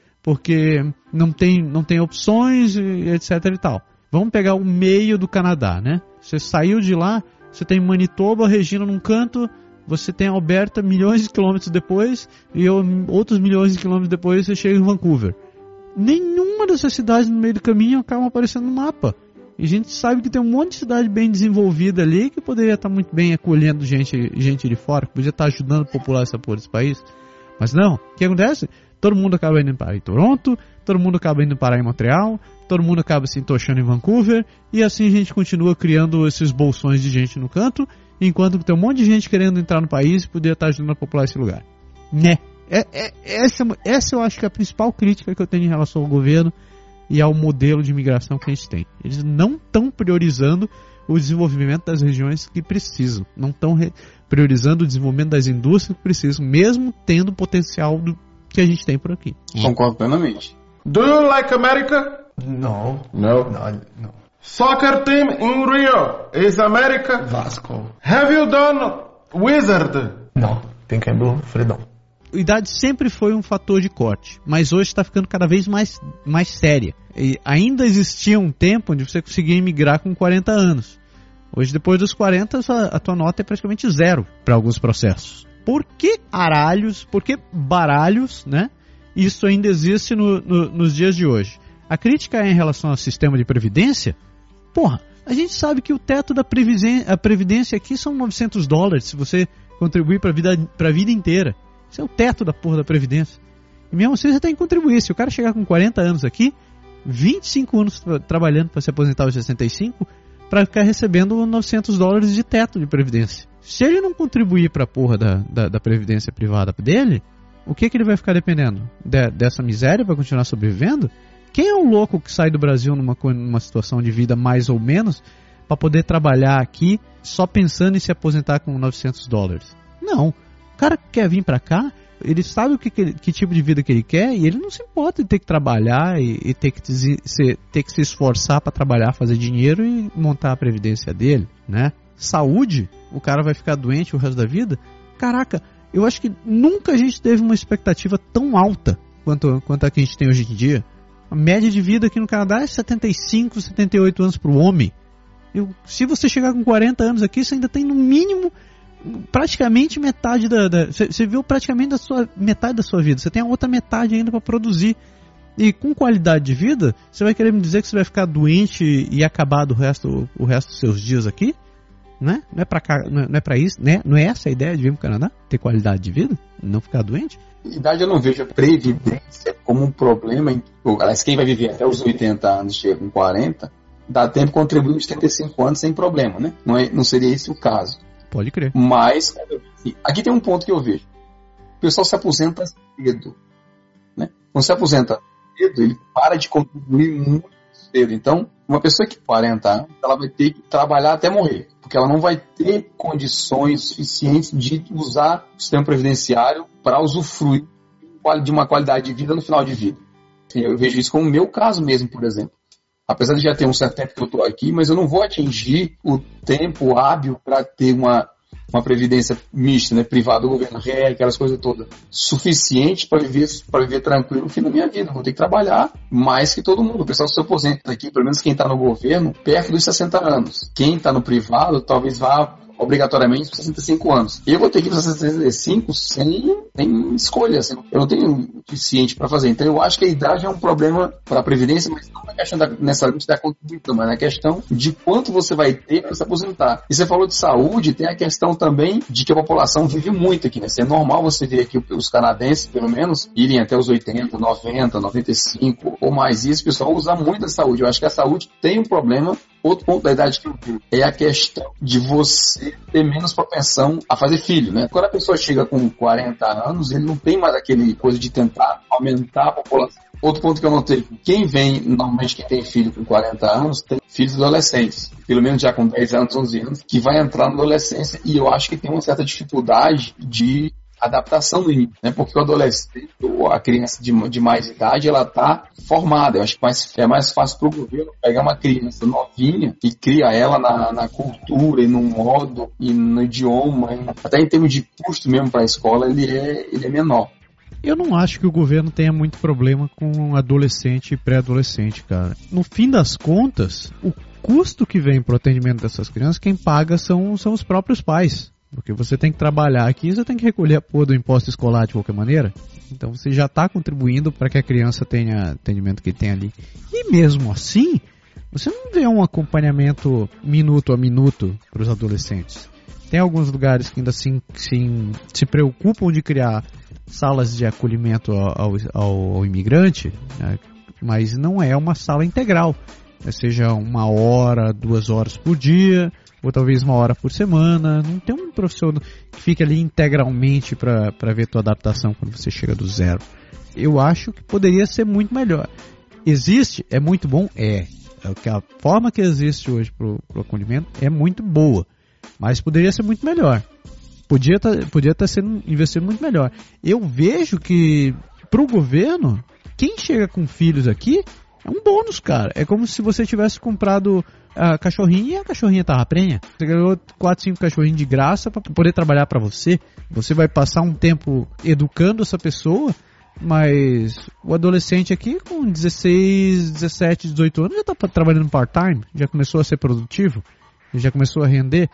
Porque não tem, não tem opções, e etc e tal. Vamos pegar o meio do Canadá, né? Você saiu de lá, você tem Manitoba, Regina num canto, você tem Alberta milhões de quilômetros depois, e eu, outros milhões de quilômetros depois você chega em Vancouver. Nenhuma dessas cidades no meio do caminho acabam aparecendo no mapa. E a gente sabe que tem um monte de cidade bem desenvolvida ali que poderia estar muito bem acolhendo gente, gente de fora, que poderia estar ajudando a popular essa porra desse país. Mas não, o que acontece? Todo mundo acaba indo para em Toronto, todo mundo acaba indo parar em Montreal, todo mundo acaba se entochando em Vancouver, e assim a gente continua criando esses bolsões de gente no canto, enquanto tem um monte de gente querendo entrar no país e poderia estar ajudando a popular esse lugar. Né? É, é, essa, essa eu acho que é a principal crítica que eu tenho em relação ao governo e ao modelo de imigração que a gente tem. Eles não estão priorizando o desenvolvimento das regiões que precisam. Não estão priorizando o desenvolvimento das indústrias que precisam, mesmo tendo o potencial do, que a gente tem por aqui. Concordo plenamente. Do you like America? No. No. No, no. Soccer team in Rio is America? Vasco. Have you done Wizard? No. Think I do Freedom. A idade sempre foi um fator de corte, mas hoje está ficando cada vez mais, mais séria. E ainda existia um tempo onde você conseguia emigrar com quarenta anos. Hoje, depois dos quarenta, a tua nota é praticamente zero para alguns processos. Por que aralhos, por que baralhos, né? Isso ainda existe no, no, nos dias de hoje. A crítica é em relação ao sistema de previdência. Porra, a gente sabe que o teto da previdência, a previdência aqui são novecentos dólares se você contribuir para a vida, para a vida inteira. Isso é o teto da porra da previdência. E mesmo assim você tem que contribuir. Se o cara chegar com quarenta anos aqui, vinte e cinco anos tra- trabalhando para se aposentar aos sessenta e cinco, para ficar recebendo novecentos dólares de teto de previdência. Se ele não contribuir para a porra da, da, da previdência privada dele, o que, que ele vai ficar dependendo? De, dessa miséria para continuar sobrevivendo? Quem é o louco que sai do Brasil numa, numa situação de vida mais ou menos para poder trabalhar aqui só pensando em se aposentar com novecentos dólares? Não. O cara que quer vir para cá, ele sabe o que, que, que tipo de vida que ele quer e ele não se importa de ter que trabalhar e, e ter, que se, ter que se esforçar para trabalhar, fazer dinheiro e montar a previdência dele, né? Saúde, o cara vai ficar doente o resto da vida? Caraca, eu acho que nunca a gente teve uma expectativa tão alta quanto, quanto a que a gente tem hoje em dia. A média de vida aqui no Canadá é setenta e cinco, setenta e oito anos para o homem. Eu, se você chegar com quarenta anos aqui, você ainda tem no mínimo praticamente metade da... da você, você viu praticamente da sua, metade da sua vida. Você tem a outra metade ainda para produzir. E com qualidade de vida, você vai querer me dizer que você vai ficar doente e acabar do resto, o resto dos seus dias aqui? Né? Não é para não é para isso, né? Não é essa a ideia de vir para o Canadá? Ter qualidade de vida? Não ficar doente? Idade eu não vejo a previdência como um problema. Em, aliás, quem vai viver até os oitenta anos, chega com quarenta, dá tempo de contribuir uns trinta e cinco anos sem problema, né? Não, é, não seria esse o caso. Pode crer. Mas, aqui tem um ponto que eu vejo. O pessoal se aposenta cedo, né? Quando se aposenta cedo, ele para de contribuir muito cedo. Então, uma pessoa que quarenta anos, ela vai ter que trabalhar até morrer, porque ela não vai ter condições suficientes de usar o sistema previdenciário para usufruir de uma qualidade de vida no final de vida. Eu vejo isso como o meu caso mesmo, por exemplo. Apesar de já ter um certo tempo que eu estou aqui, mas eu não vou atingir o tempo hábil para ter uma, uma previdência mista, né, privada, o governo, ré, aquelas coisas todas, suficiente para viver, para viver tranquilo no fim da minha vida. Eu vou ter que trabalhar mais que todo mundo. O pessoal se aposenta aqui, pelo menos quem está no governo, perto dos sessenta anos. Quem está no privado talvez vá obrigatoriamente sessenta e cinco anos. Eu vou ter que ir para sessenta e cinco sem, sem escolha, assim, eu não tenho suficiente para fazer. Então eu acho que a idade é um problema para a Previdência, mas não na questão da, necessariamente da contribuição, mas na questão de quanto você vai ter para se aposentar. E você falou de saúde, tem a questão também de que a população vive muito aqui, né? É normal você ver aqui os canadenses, pelo menos, irem até os oitenta, noventa, noventa e cinco ou mais. E esse pessoal usa muito a saúde. Eu acho que a saúde tem um problema. Outro ponto da idade que eu vi é a questão de você ter menos propensão a fazer filho, né? Quando a pessoa chega com quarenta anos, ele não tem mais aquele coisa de tentar aumentar a população. Outro ponto que eu notei, quem vem, normalmente quem tem filho com quarenta anos, tem filhos adolescentes, pelo menos já com dez anos, onze anos, que vai entrar na adolescência, e eu acho que tem uma certa dificuldade de adaptação no início, né? Porque o adolescente ou a criança de, de mais idade, ela está formada. Eu acho que mais, é mais fácil para o governo pegar uma criança novinha e criar ela na, na cultura e no modo e no idioma, e até em termos de custo mesmo para a escola, ele é, ele é menor. Eu não acho que o governo tenha muito problema com adolescente e pré-adolescente, cara. No fim das contas, o custo que vem para o atendimento dessas crianças, quem paga são, são os próprios pais. Porque você tem que trabalhar aqui, você tem que recolher a porra do imposto escolar de qualquer maneira. Então você já está contribuindo para que a criança tenha atendimento que tem ali. E mesmo assim, você não vê um acompanhamento minuto a minuto para os adolescentes. Tem alguns lugares que ainda assim se, se preocupam de criar salas de acolhimento ao, ao, ao imigrante, né? Mas não é uma sala integral. Seja uma hora, duas horas por dia, ou talvez uma hora por semana. Não tem um professor que fique ali integralmente para ver tua adaptação quando você chega do zero. Eu acho que poderia ser muito melhor. Existe? É muito bom? É. A forma que existe hoje para o acolhimento é muito boa, mas poderia ser muito melhor. Podia estar podia tá sendo investido muito melhor. Eu vejo que para o governo, quem chega com filhos aqui é um bônus, cara. É como se você tivesse comprado a cachorrinha e a cachorrinha tava prenha. Você ganhou quatro, cinco cachorrinhos de graça para poder trabalhar para você. Você vai passar um tempo educando essa pessoa, mas o adolescente aqui com dezesseis, dezessete, dezoito anos já tá trabalhando part-time, já começou a ser produtivo, já começou a render.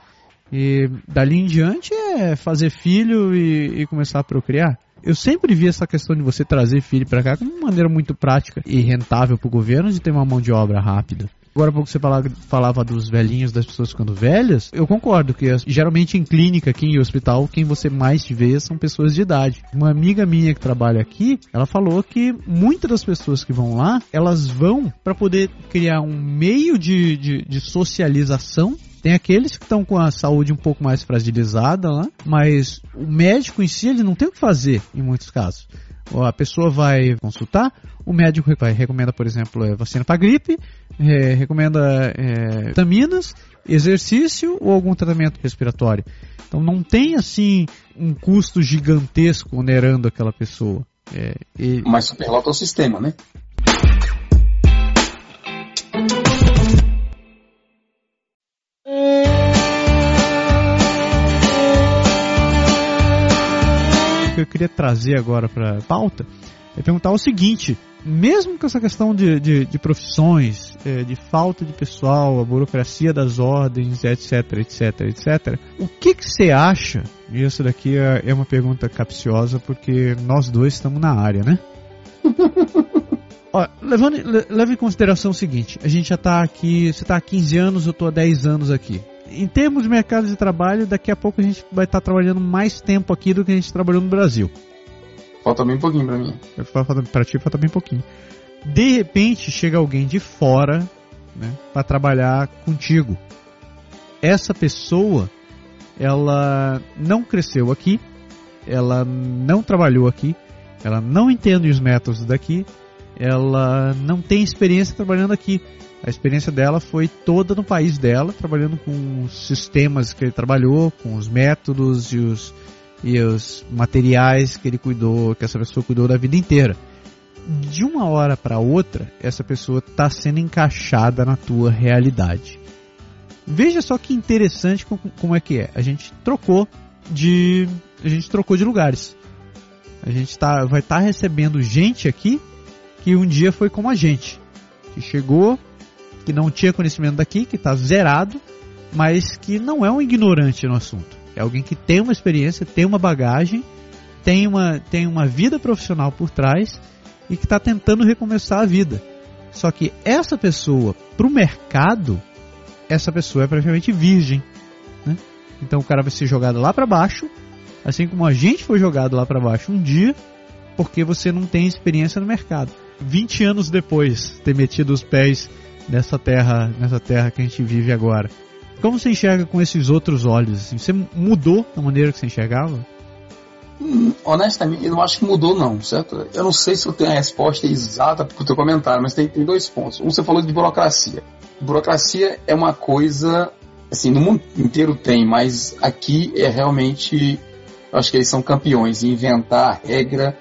E dali em diante é fazer filho e, e começar a procriar. Eu sempre vi essa questão de você trazer filho para cá como uma maneira muito prática e rentável para o governo de ter uma mão de obra rápida. Agora há pouco você falava, falava dos velhinhos, das pessoas ficando velhas. Eu concordo que geralmente em clínica aqui em hospital, quem você mais vê são pessoas de idade. Uma amiga minha que trabalha aqui, ela falou que muitas das pessoas que vão lá, elas vão para poder criar um meio de, de, de socialização. Tem aqueles que estão com a saúde um pouco mais fragilizada lá, mas o médico em si ele não tem o que fazer em muitos casos. A pessoa vai consultar, o médico vai, recomenda, por exemplo, vacina para gripe, é, recomenda é, vitaminas, exercício ou algum tratamento respiratório. Então não tem assim um custo gigantesco onerando aquela pessoa. É, e... Mas superlota o sistema, né? O que eu queria trazer agora para a pauta é perguntar o seguinte: mesmo com essa questão de, de, de profissões, é, de falta de pessoal, a burocracia das ordens, etc, etc, etc, o que que você acha? E isso daqui é, é uma pergunta capciosa porque nós dois estamos na área, né? Ó, levando, le, leve em consideração o seguinte: a gente já está aqui, você está há quinze anos, eu estou há dez anos aqui. Em termos de mercado de trabalho, daqui a pouco a gente vai estar trabalhando mais tempo aqui do que a gente trabalhou no Brasil. Falta bem pouquinho pra mim. Pra ti falta bem pouquinho. De repente chega alguém de fora, né, para trabalhar contigo. Essa pessoa, ela não cresceu aqui, ela não trabalhou aqui, ela não entende os métodos daqui, ela não tem experiência trabalhando aqui. A experiência dela foi toda no país dela, trabalhando com os sistemas que ele trabalhou, com os métodos e os, e os materiais que ele cuidou, que essa pessoa cuidou da vida inteira. De uma hora para outra, essa pessoa está sendo encaixada na tua realidade. Veja só que interessante como é que é. A gente trocou de, a gente trocou de lugares. A gente tá, vai estar tá recebendo gente aqui que um dia foi como a gente, que chegou, que não tinha conhecimento daqui, que está zerado, mas que não é um ignorante no assunto. É alguém que tem uma experiência, tem uma bagagem, tem uma, tem uma vida profissional por trás e que está tentando recomeçar a vida. Só que essa pessoa, para o mercado, essa pessoa é praticamente virgem, né? Então o cara vai ser jogado lá para baixo, assim como a gente foi jogado lá para baixo um dia, porque você não tem experiência no mercado. vinte anos depois de ter metido os pés nessa terra, nessa terra que a gente vive agora, como você enxerga com esses outros olhos? Assim? Você mudou a maneira que você enxergava? Hum, honestamente, eu não acho que mudou não, certo? Eu não sei se eu tenho a resposta exata para o teu comentário, mas tem, tem dois pontos. Um, você falou de burocracia. Burocracia é uma coisa, assim, no mundo inteiro tem, mas aqui é realmente, eu acho que eles são campeões em inventar regra,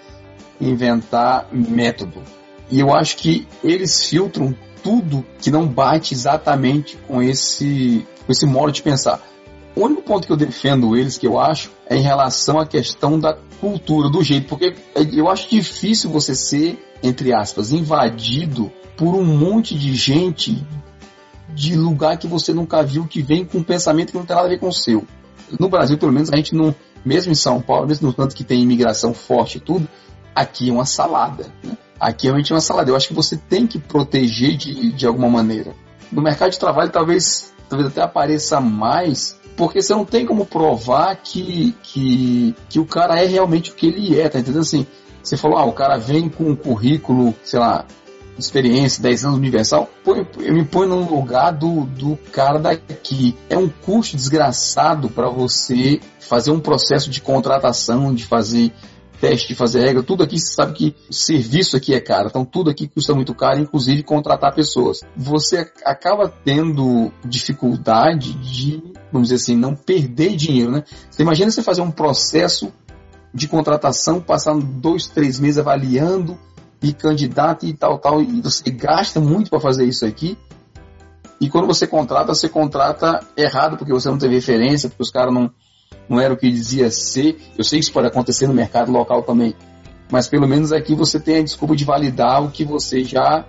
inventar método. E eu acho que eles filtram tudo que não bate exatamente com esse, com esse modo de pensar. O único ponto que eu defendo eles, que eu acho, é em relação à questão da cultura, do jeito, porque eu acho difícil você ser, entre aspas, invadido por um monte de gente de lugar que você nunca viu, que vem com um pensamento que não tem nada a ver com o seu. No Brasil, pelo menos, a gente não, mesmo em São Paulo, mesmo no canto que tem imigração forte e tudo, aqui é uma salada, né? Aqui realmente é uma salada. Eu acho que você tem que proteger de, de alguma maneira. No mercado de trabalho talvez, talvez até apareça mais, porque você não tem como provar que, que, que o cara é realmente o que ele é, tá entendendo? Assim, você falou, ah, o cara vem com um currículo, sei lá, experiência, dez anos universal, põe, eu me ponho no lugar do, do cara daqui. É um custo desgraçado para você fazer um processo de contratação, de fazer teste, de fazer regra, tudo aqui, você sabe que serviço aqui é caro, então tudo aqui custa muito caro, inclusive contratar pessoas. Você acaba tendo dificuldade de, vamos dizer assim, não perder dinheiro, né? Você imagina você fazer um processo de contratação, passando dois, três meses avaliando e candidato e tal, tal, e você gasta muito para fazer isso aqui, e quando você contrata, você contrata errado, porque você não teve referência, porque os caras não não era o que dizia ser. Eu sei que isso pode acontecer no mercado local também, mas pelo menos aqui você tem a desculpa de validar o que você já,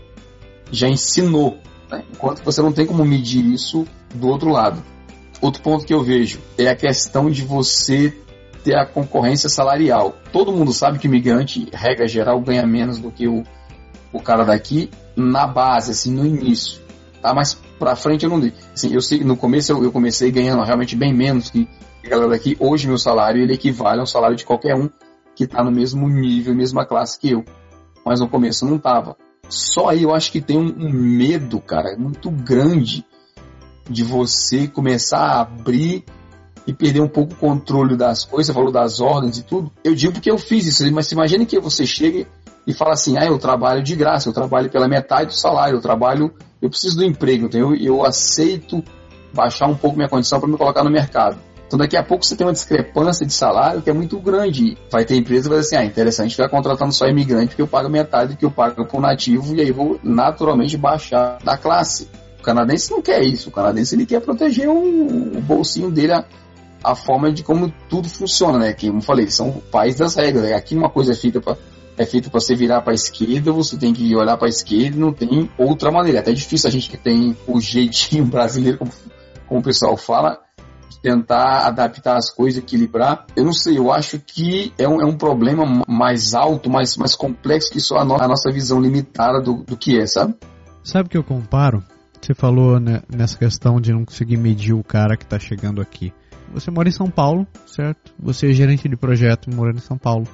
já ensinou, né? Enquanto você não tem como medir isso do outro lado. Outro ponto que eu vejo é a questão de você ter a concorrência salarial. Todo mundo sabe que o imigrante, regra geral, ganha menos do que o, o cara daqui na base, assim, no início, tá? Mas pra frente eu não digo. Assim, eu sei que no começo eu, eu comecei ganhando realmente bem menos que a galera daqui. Hoje meu salário ele equivale ao salário de qualquer um que está no mesmo nível, mesma classe que eu. Mas no começo não estava. Só aí eu acho que tem um, um medo, cara, muito grande de você começar a abrir e perder um pouco o controle das coisas. Você falou das ordens e tudo. Eu digo porque eu fiz isso, mas imagine que você chegue e fala assim, ah, eu trabalho de graça, eu trabalho pela metade do salário, eu trabalho, eu preciso do emprego, então eu, eu aceito baixar um pouco minha condição para me colocar no mercado. Então daqui a pouco você tem uma discrepância de salário que é muito grande. Vai ter empresa que vai dizer assim, ah, interessante ficar contratando só imigrante porque eu pago metade do que eu pago para o nativo e aí vou naturalmente baixar da classe. O canadense não quer isso. O canadense ele quer proteger o, o bolsinho dele, a, a forma de como tudo funciona, né? Que, como eu falei, eles são o país das regras. Né? Aqui uma coisa é feita para é feita para você virar para a esquerda, você tem que olhar para a esquerda e não tem outra maneira. É até difícil a gente que tem o jeitinho brasileiro, como, como o pessoal fala, tentar adaptar as coisas, equilibrar. Eu não sei, eu acho que é um, é um problema mais alto, mais, mais complexo que só a, no, a nossa visão limitada do, do que é, sabe? Sabe o que eu comparo? Você falou, né, nessa questão de não conseguir medir o cara que está chegando aqui. Você mora em São Paulo, certo? Você é gerente de projeto morando em São Paulo.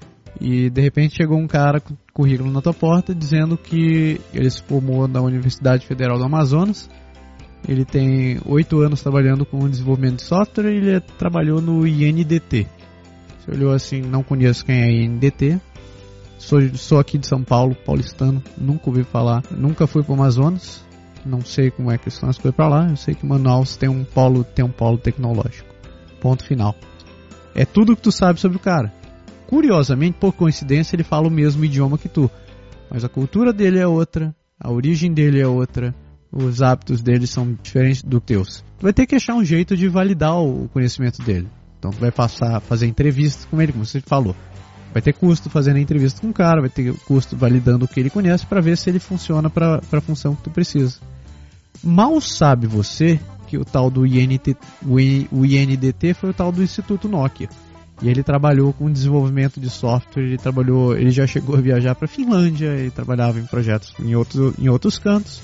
E de repente chegou um cara com currículo na tua porta dizendo que ele se formou na Universidade Federal do Amazonas. Ele tem oito anos trabalhando com desenvolvimento de software e ele trabalhou no I N D T. Você olhou assim, não conheço quem é I N D T. Sou, sou aqui de São Paulo, paulistano, nunca ouvi falar. Nunca fui para o Amazonas, não sei como é que são as coisas para lá. Eu sei que Manaus tem um polo, tem um polo tecnológico. Ponto final. É tudo que tu sabe sobre o cara. Curiosamente, por coincidência, ele fala o mesmo idioma que tu. Mas a cultura dele é outra, a origem dele é outra. Os hábitos dele são diferentes dos teus. Tu vai ter que achar um jeito de validar o conhecimento dele. Então tu vai passar a fazer entrevistas com ele, como você falou. Vai ter custo fazendo entrevista com o cara, vai ter custo validando o que ele conhece para ver se ele funciona para a função que tu precisa. Mal sabe você que o tal do I N T, o I N D T foi o tal do Instituto Nokia. E ele trabalhou com desenvolvimento de software, ele trabalhou, ele já chegou a viajar para a Finlândia, ele trabalhava em projetos em outros, em outros cantos.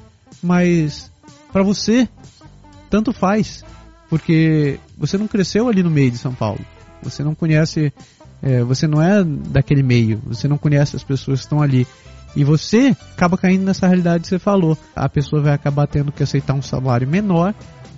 Mas para você, tanto faz, porque você não cresceu ali no meio de São Paulo. Você não conhece, é, você não é daquele meio, você não conhece as pessoas que estão ali. E você acaba caindo nessa realidade que você falou. A pessoa vai acabar tendo que aceitar um salário menor,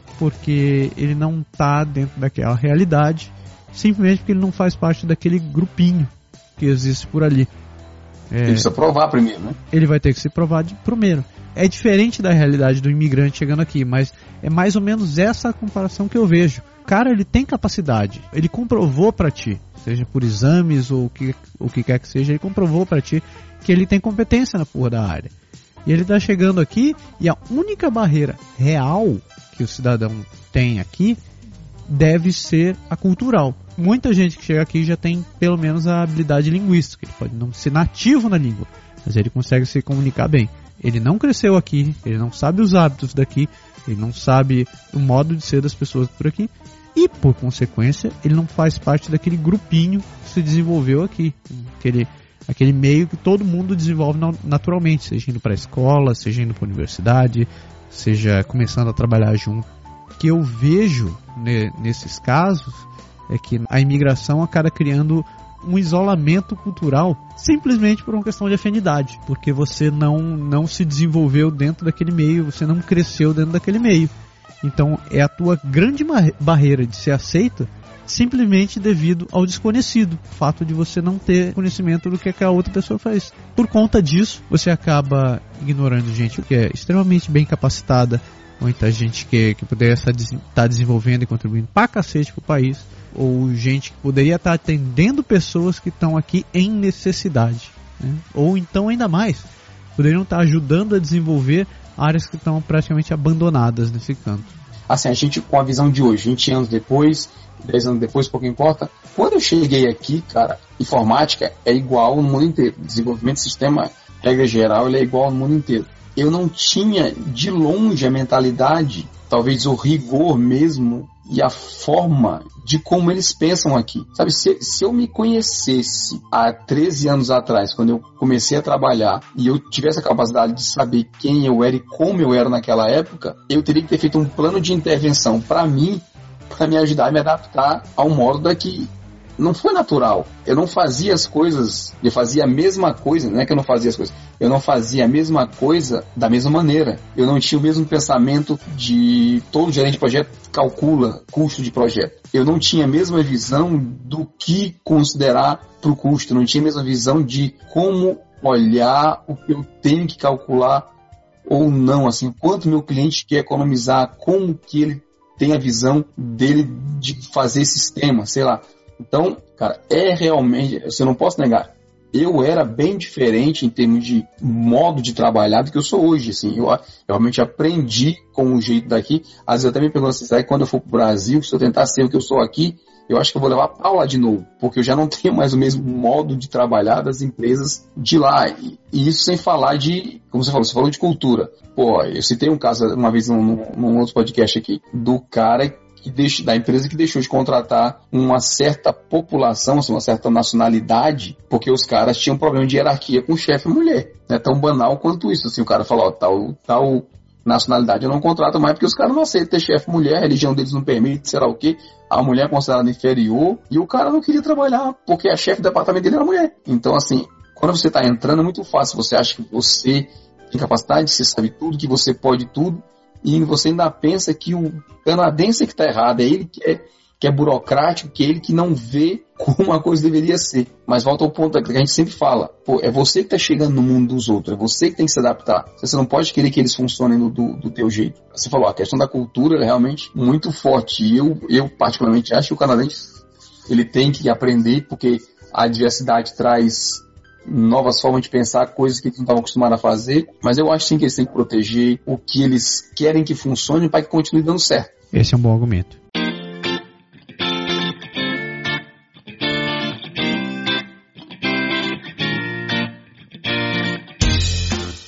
porque ele não está dentro daquela realidade, simplesmente porque ele não faz parte daquele grupinho que existe por ali. É, ele precisa provar primeiro, né? Ele vai ter que se provar de primeiro. É diferente da realidade do imigrante chegando aqui, mas é mais ou menos essa a comparação que eu vejo. O cara, ele tem capacidade, ele comprovou pra ti, seja por exames ou o que, o que quer que seja, ele comprovou pra ti que ele tem competência na porra da área. E ele tá chegando aqui e a única barreira real que o cidadão tem aqui deve ser a cultural. Muita gente que chega aqui já tem pelo menos a habilidade linguística. Ele pode não ser nativo na língua, mas ele consegue se comunicar bem. Ele não cresceu aqui, ele não sabe os hábitos daqui, ele não sabe o modo de ser das pessoas por aqui. E, por consequência, ele não faz parte daquele grupinho que se desenvolveu aqui. Aquele, aquele meio que todo mundo desenvolve naturalmente, seja indo para a escola, seja indo para a universidade, seja começando a trabalhar junto. O que eu vejo ne, nesses casos é que a imigração acaba criando um isolamento cultural simplesmente por uma questão de afinidade, porque você não, não se desenvolveu dentro daquele meio, você não cresceu dentro daquele meio. Então é a tua grande barreira de ser aceita simplesmente devido ao desconhecido, o fato de você não ter conhecimento do que a outra pessoa faz. Por conta disso, você acaba ignorando gente que é extremamente bem capacitada, muita gente que, que poderia estar tá desenvolvendo e contribuindo pra cacete pro país, ou gente que poderia estar atendendo pessoas que estão aqui em necessidade, né? Ou então ainda mais, poderiam estar ajudando a desenvolver áreas que estão praticamente abandonadas nesse canto. Assim, a gente com a visão de hoje, vinte anos depois, dez anos depois, pouco importa. Quando eu cheguei aqui, cara, informática é igual no mundo inteiro. Desenvolvimento de sistema, regra geral, ele é igual no mundo inteiro. Eu não tinha de longe a mentalidade, talvez o rigor mesmo e a forma de como eles pensam aqui. Sabe, se, se eu me conhecesse há treze anos atrás, quando eu comecei a trabalhar, e eu tivesse a capacidade de saber quem eu era e como eu era naquela época, eu teria que ter feito um plano de intervenção para mim, para me ajudar a me adaptar ao modo daqui. Não foi natural. Eu não fazia as coisas, eu fazia a mesma coisa, não é que eu não fazia as coisas, eu não fazia a mesma coisa da mesma maneira. Eu não tinha o mesmo pensamento de todo gerente de projeto calcula custo de projeto. Eu não tinha a mesma visão do que considerar para o custo, eu não tinha a mesma visão de como olhar o que eu tenho que calcular ou não, assim, quanto meu cliente quer economizar, como que ele tem a visão dele de fazer sistema, sei lá. Então, cara, é realmente, eu não posso negar, eu era bem diferente em termos de modo de trabalhar do que eu sou hoje, assim, eu, eu realmente aprendi com o jeito daqui. Às vezes eu até me pergunto assim, será que quando eu for pro Brasil, se eu tentar ser o que eu sou aqui, eu acho que eu vou levar pau lá de novo, porque eu já não tenho mais o mesmo modo de trabalhar das empresas de lá, e, e isso sem falar de, como você falou, você falou de cultura. Pô, eu citei um caso uma vez num, num outro podcast aqui, do cara que deixa, da empresa que deixou de contratar uma certa população, assim, uma certa nacionalidade, porque os caras tinham um problema de hierarquia com o chefe mulher. É tão banal quanto isso. Assim, o cara falou, ó, tal, tal nacionalidade eu não contrato mais porque os caras não aceitam ter chefe mulher, a religião deles não permite, sei lá o quê, a mulher é considerada inferior, e o cara não queria trabalhar porque a chefe do departamento dele era mulher. Então, assim, quando você está entrando é muito fácil, você acha que você tem capacidade, você sabe tudo, que você pode tudo, e você ainda pensa que o canadense que está errado, é ele que é, que é burocrático, que é ele que não vê como a coisa deveria ser. Mas volta ao ponto que a gente sempre fala, pô, é você que está chegando no mundo dos outros, é você que tem que se adaptar. Você não pode querer que eles funcionem do, do, do teu jeito. Você falou, a questão da cultura é realmente muito forte, e eu, eu particularmente acho que o canadense ele tem que aprender, porque a diversidade traz novas formas de pensar, coisas que eles não estavam acostumados a fazer, mas eu acho sim que eles têm que proteger o que eles querem que funcione para que continue dando certo. Esse é um bom argumento.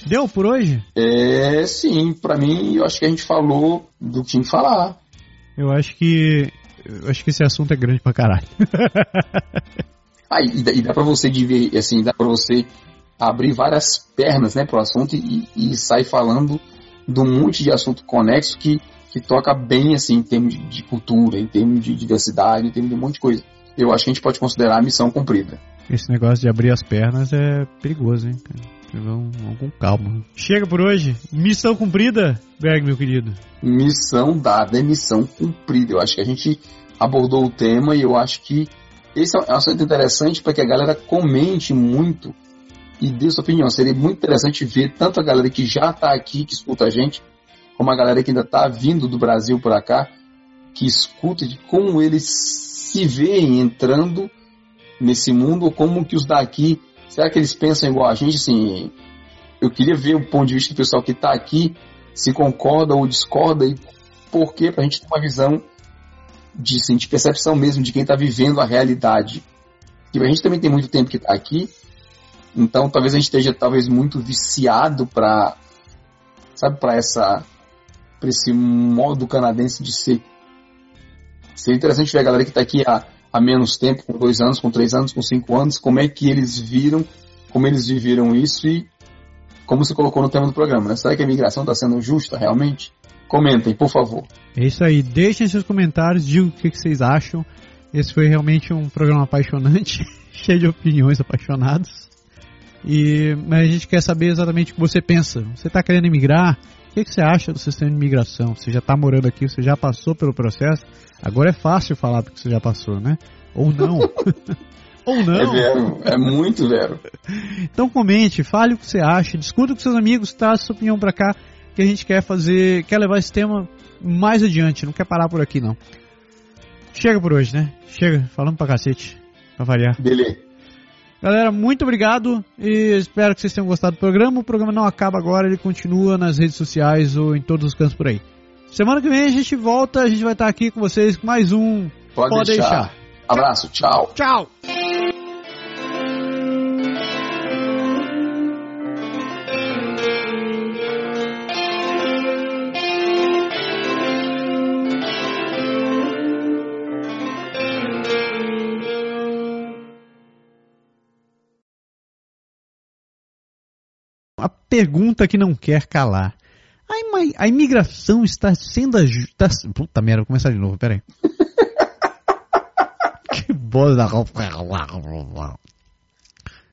Deu por hoje? É, sim, pra mim, eu acho que a gente falou do que tinha que falar. Eu acho que. Eu acho que esse assunto é grande pra caralho. Ah, e dá, e dá pra você diver, assim, dá pra você abrir várias pernas, né, pro assunto e, e sair falando de um monte de assunto conexo que, que toca bem, assim, em termos de, de cultura, em termos de diversidade, em termos de um monte de coisa. Eu acho que a gente pode considerar a missão cumprida. Esse negócio de abrir as pernas é perigoso, hein, cara? Vamos, vamos com calma. Chega por hoje. Missão cumprida, Berg, meu querido. Missão dada é missão cumprida. Eu acho que a gente abordou o tema e eu acho que esse é um assunto interessante para que a galera comente muito e dê sua opinião. Seria muito interessante ver tanto a galera que já está aqui, que escuta a gente, como a galera que ainda está vindo do Brasil por cá, que escuta de como eles se veem entrando nesse mundo, ou como que os daqui, será que eles pensam igual a gente? Assim, eu queria ver o ponto de vista do pessoal que está aqui, se concorda ou discorda, e por quê? Para a gente ter uma visão de, assim, de percepção mesmo de quem está vivendo a realidade. E a gente também tem muito tempo que está aqui, então talvez a gente esteja talvez muito viciado para, sabe, para essa, para esse modo canadense de ser. Seria interessante ver a galera que está aqui há, há menos tempo, com dois anos, com três anos, com cinco anos, como é que eles viram, como eles viveram isso e como se colocou no tema do programa, né? Será que a imigração está sendo justa realmente? Comentem, por favor. É isso aí, deixem seus comentários, digam o que, que vocês acham. Esse foi realmente um programa apaixonante, cheio de opiniões apaixonadas. E, mas a gente quer saber exatamente o que você pensa. Você está querendo emigrar? O que, que você acha do sistema de imigração? Você já está morando aqui, você já passou pelo processo? Agora é fácil falar porque você já passou, né? Ou não. Ou não. É vero, é muito vero. Então comente, fale o que você acha, discuta com seus amigos, traz sua opinião pra cá, que a gente quer fazer, quer levar esse tema mais adiante, não quer parar por aqui não. Chega por hoje, né? Chega, falando pra cacete, pra variar. Beleza. Galera, muito obrigado e espero que vocês tenham gostado do programa. O programa não acaba agora, ele continua nas redes sociais ou em todos os cantos por aí. Semana que vem a gente volta, a gente vai estar aqui com vocês com mais um Pode, Pode deixar. deixar. Abraço, tchau. Tchau. A pergunta que não quer calar. A, a imigração está sendo... Tá, puta merda, vou começar de novo, peraí. Que bosta.